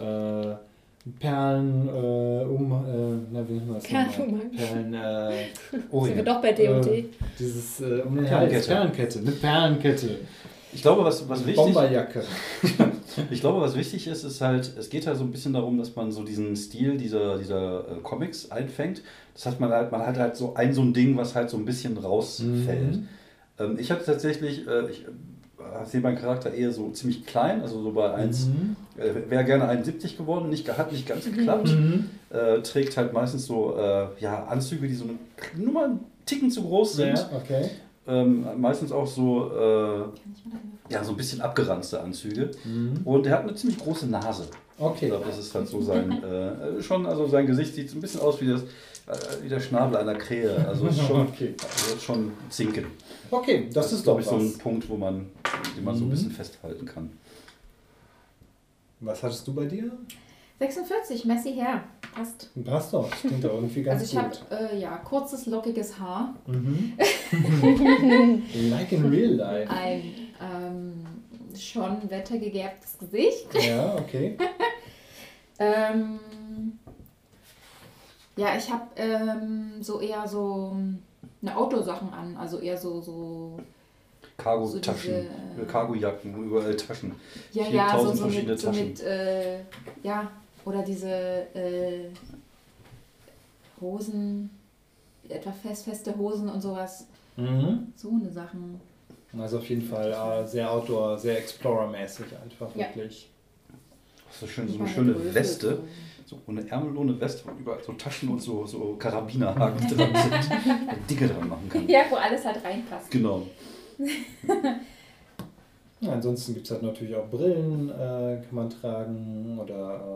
Perlen na, wie nennen wir das nochmal? Perlenumhang. Perlen, Sind wir doch bei D&D? dieses um den Hals, Perlenkette, eine Perlenkette. Ich glaube, was wichtig Bomberjacke. Ich glaube, was wichtig ist, ist halt, es geht halt so ein bisschen darum, dass man so diesen Stil dieser Comics einfängt. Das hat man hat halt so ein Ding, was halt so ein bisschen rausfällt. Ich hatte tatsächlich, ich sehe meinen Charakter eher so ziemlich klein, also so bei 1, wäre gerne 71 geworden, hat nicht ganz geklappt. Trägt halt meistens so Anzüge, die so nur mal einen Ticken zu groß sind. Ja, okay. Meistens auch so, so ein bisschen abgeranzte Anzüge. Und er hat eine ziemlich große Nase. Okay. Ich glaube, das ist halt so sein, also sein Gesicht sieht so ein bisschen aus wie der Schnabel einer Krähe. Also ist schon, wird schon zinken. Okay, das ist doch glaube ich, so ein Punkt, den man so ein bisschen festhalten kann. Was hattest du bei dir? 46, Messi her. Passt. Passt doch, das klingt doch irgendwie ganz Also ich gut. habe kurzes, lockiges Haar. Like in real life. Ein schon wettergegerbtes Gesicht. Ja, okay. Ich habe so eher so eine Outdoor-Sachen an, also eher so Cargo-Taschen, diese, Cargo-Jacken, überall Taschen. so 4000 verschiedene mit, Taschen. oder diese Hosen, etwa feste Hosen und sowas. So eine Sachen. Also auf jeden Fall sehr Outdoor, sehr Explorer-mäßig einfach, wirklich. So eine schöne Weste, so ohne Ärmel, ohne Weste, wo überall so Taschen und so Karabinerhaken dran sind, wo Dicke dran machen kann. Ja, wo alles halt reinpasst. Genau. Ja, ansonsten gibt es halt natürlich auch Brillen, kann man tragen, oder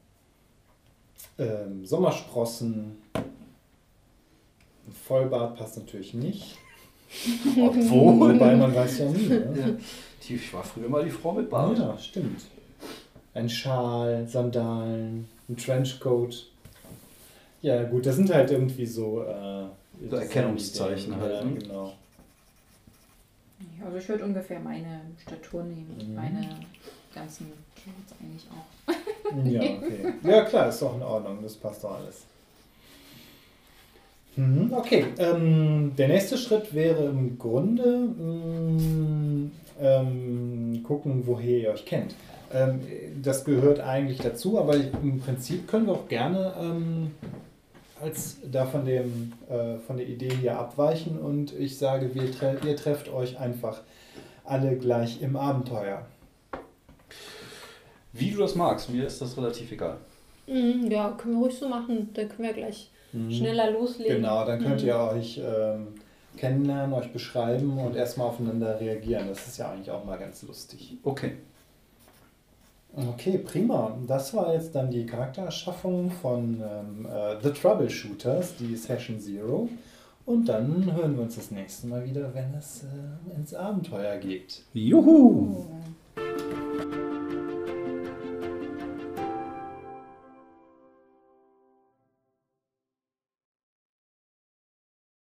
Sommersprossen. Ein Vollbart passt natürlich nicht. Obwohl. Wobei man weiß ja nie. Ne? Ja. Ich war früher mal die Frau mit Bart. Ja, stimmt. Ein Schal, Sandalen, ein Trenchcoat. Ja gut, das sind halt irgendwie so Erkennungszeichen halt. Ja, Ne? genau. Also ich würde ungefähr meine Statur nehmen, meine ganzen Shorts eigentlich auch. Ja, okay. Ja klar, ist doch in Ordnung, das passt doch alles. Okay, der nächste Schritt wäre im Grunde gucken, woher ihr euch kennt. Das gehört eigentlich dazu, aber im Prinzip können wir auch gerne von der Idee hier abweichen und ich sage, ihr trefft euch einfach alle gleich im Abenteuer. Wie du das magst, mir ist das relativ egal. Ja, können wir ruhig so machen. Dann können wir gleich schneller loslegen. Genau, dann könnt ihr euch kennenlernen, euch beschreiben und erstmal aufeinander reagieren. Das ist ja eigentlich auch mal ganz lustig. Okay. Okay, prima. Das war jetzt dann die Charaktererschaffung von The Troubleshooters, die Session Zero. Und dann hören wir uns das nächste Mal wieder, wenn es ins Abenteuer geht. Juhu! Oh.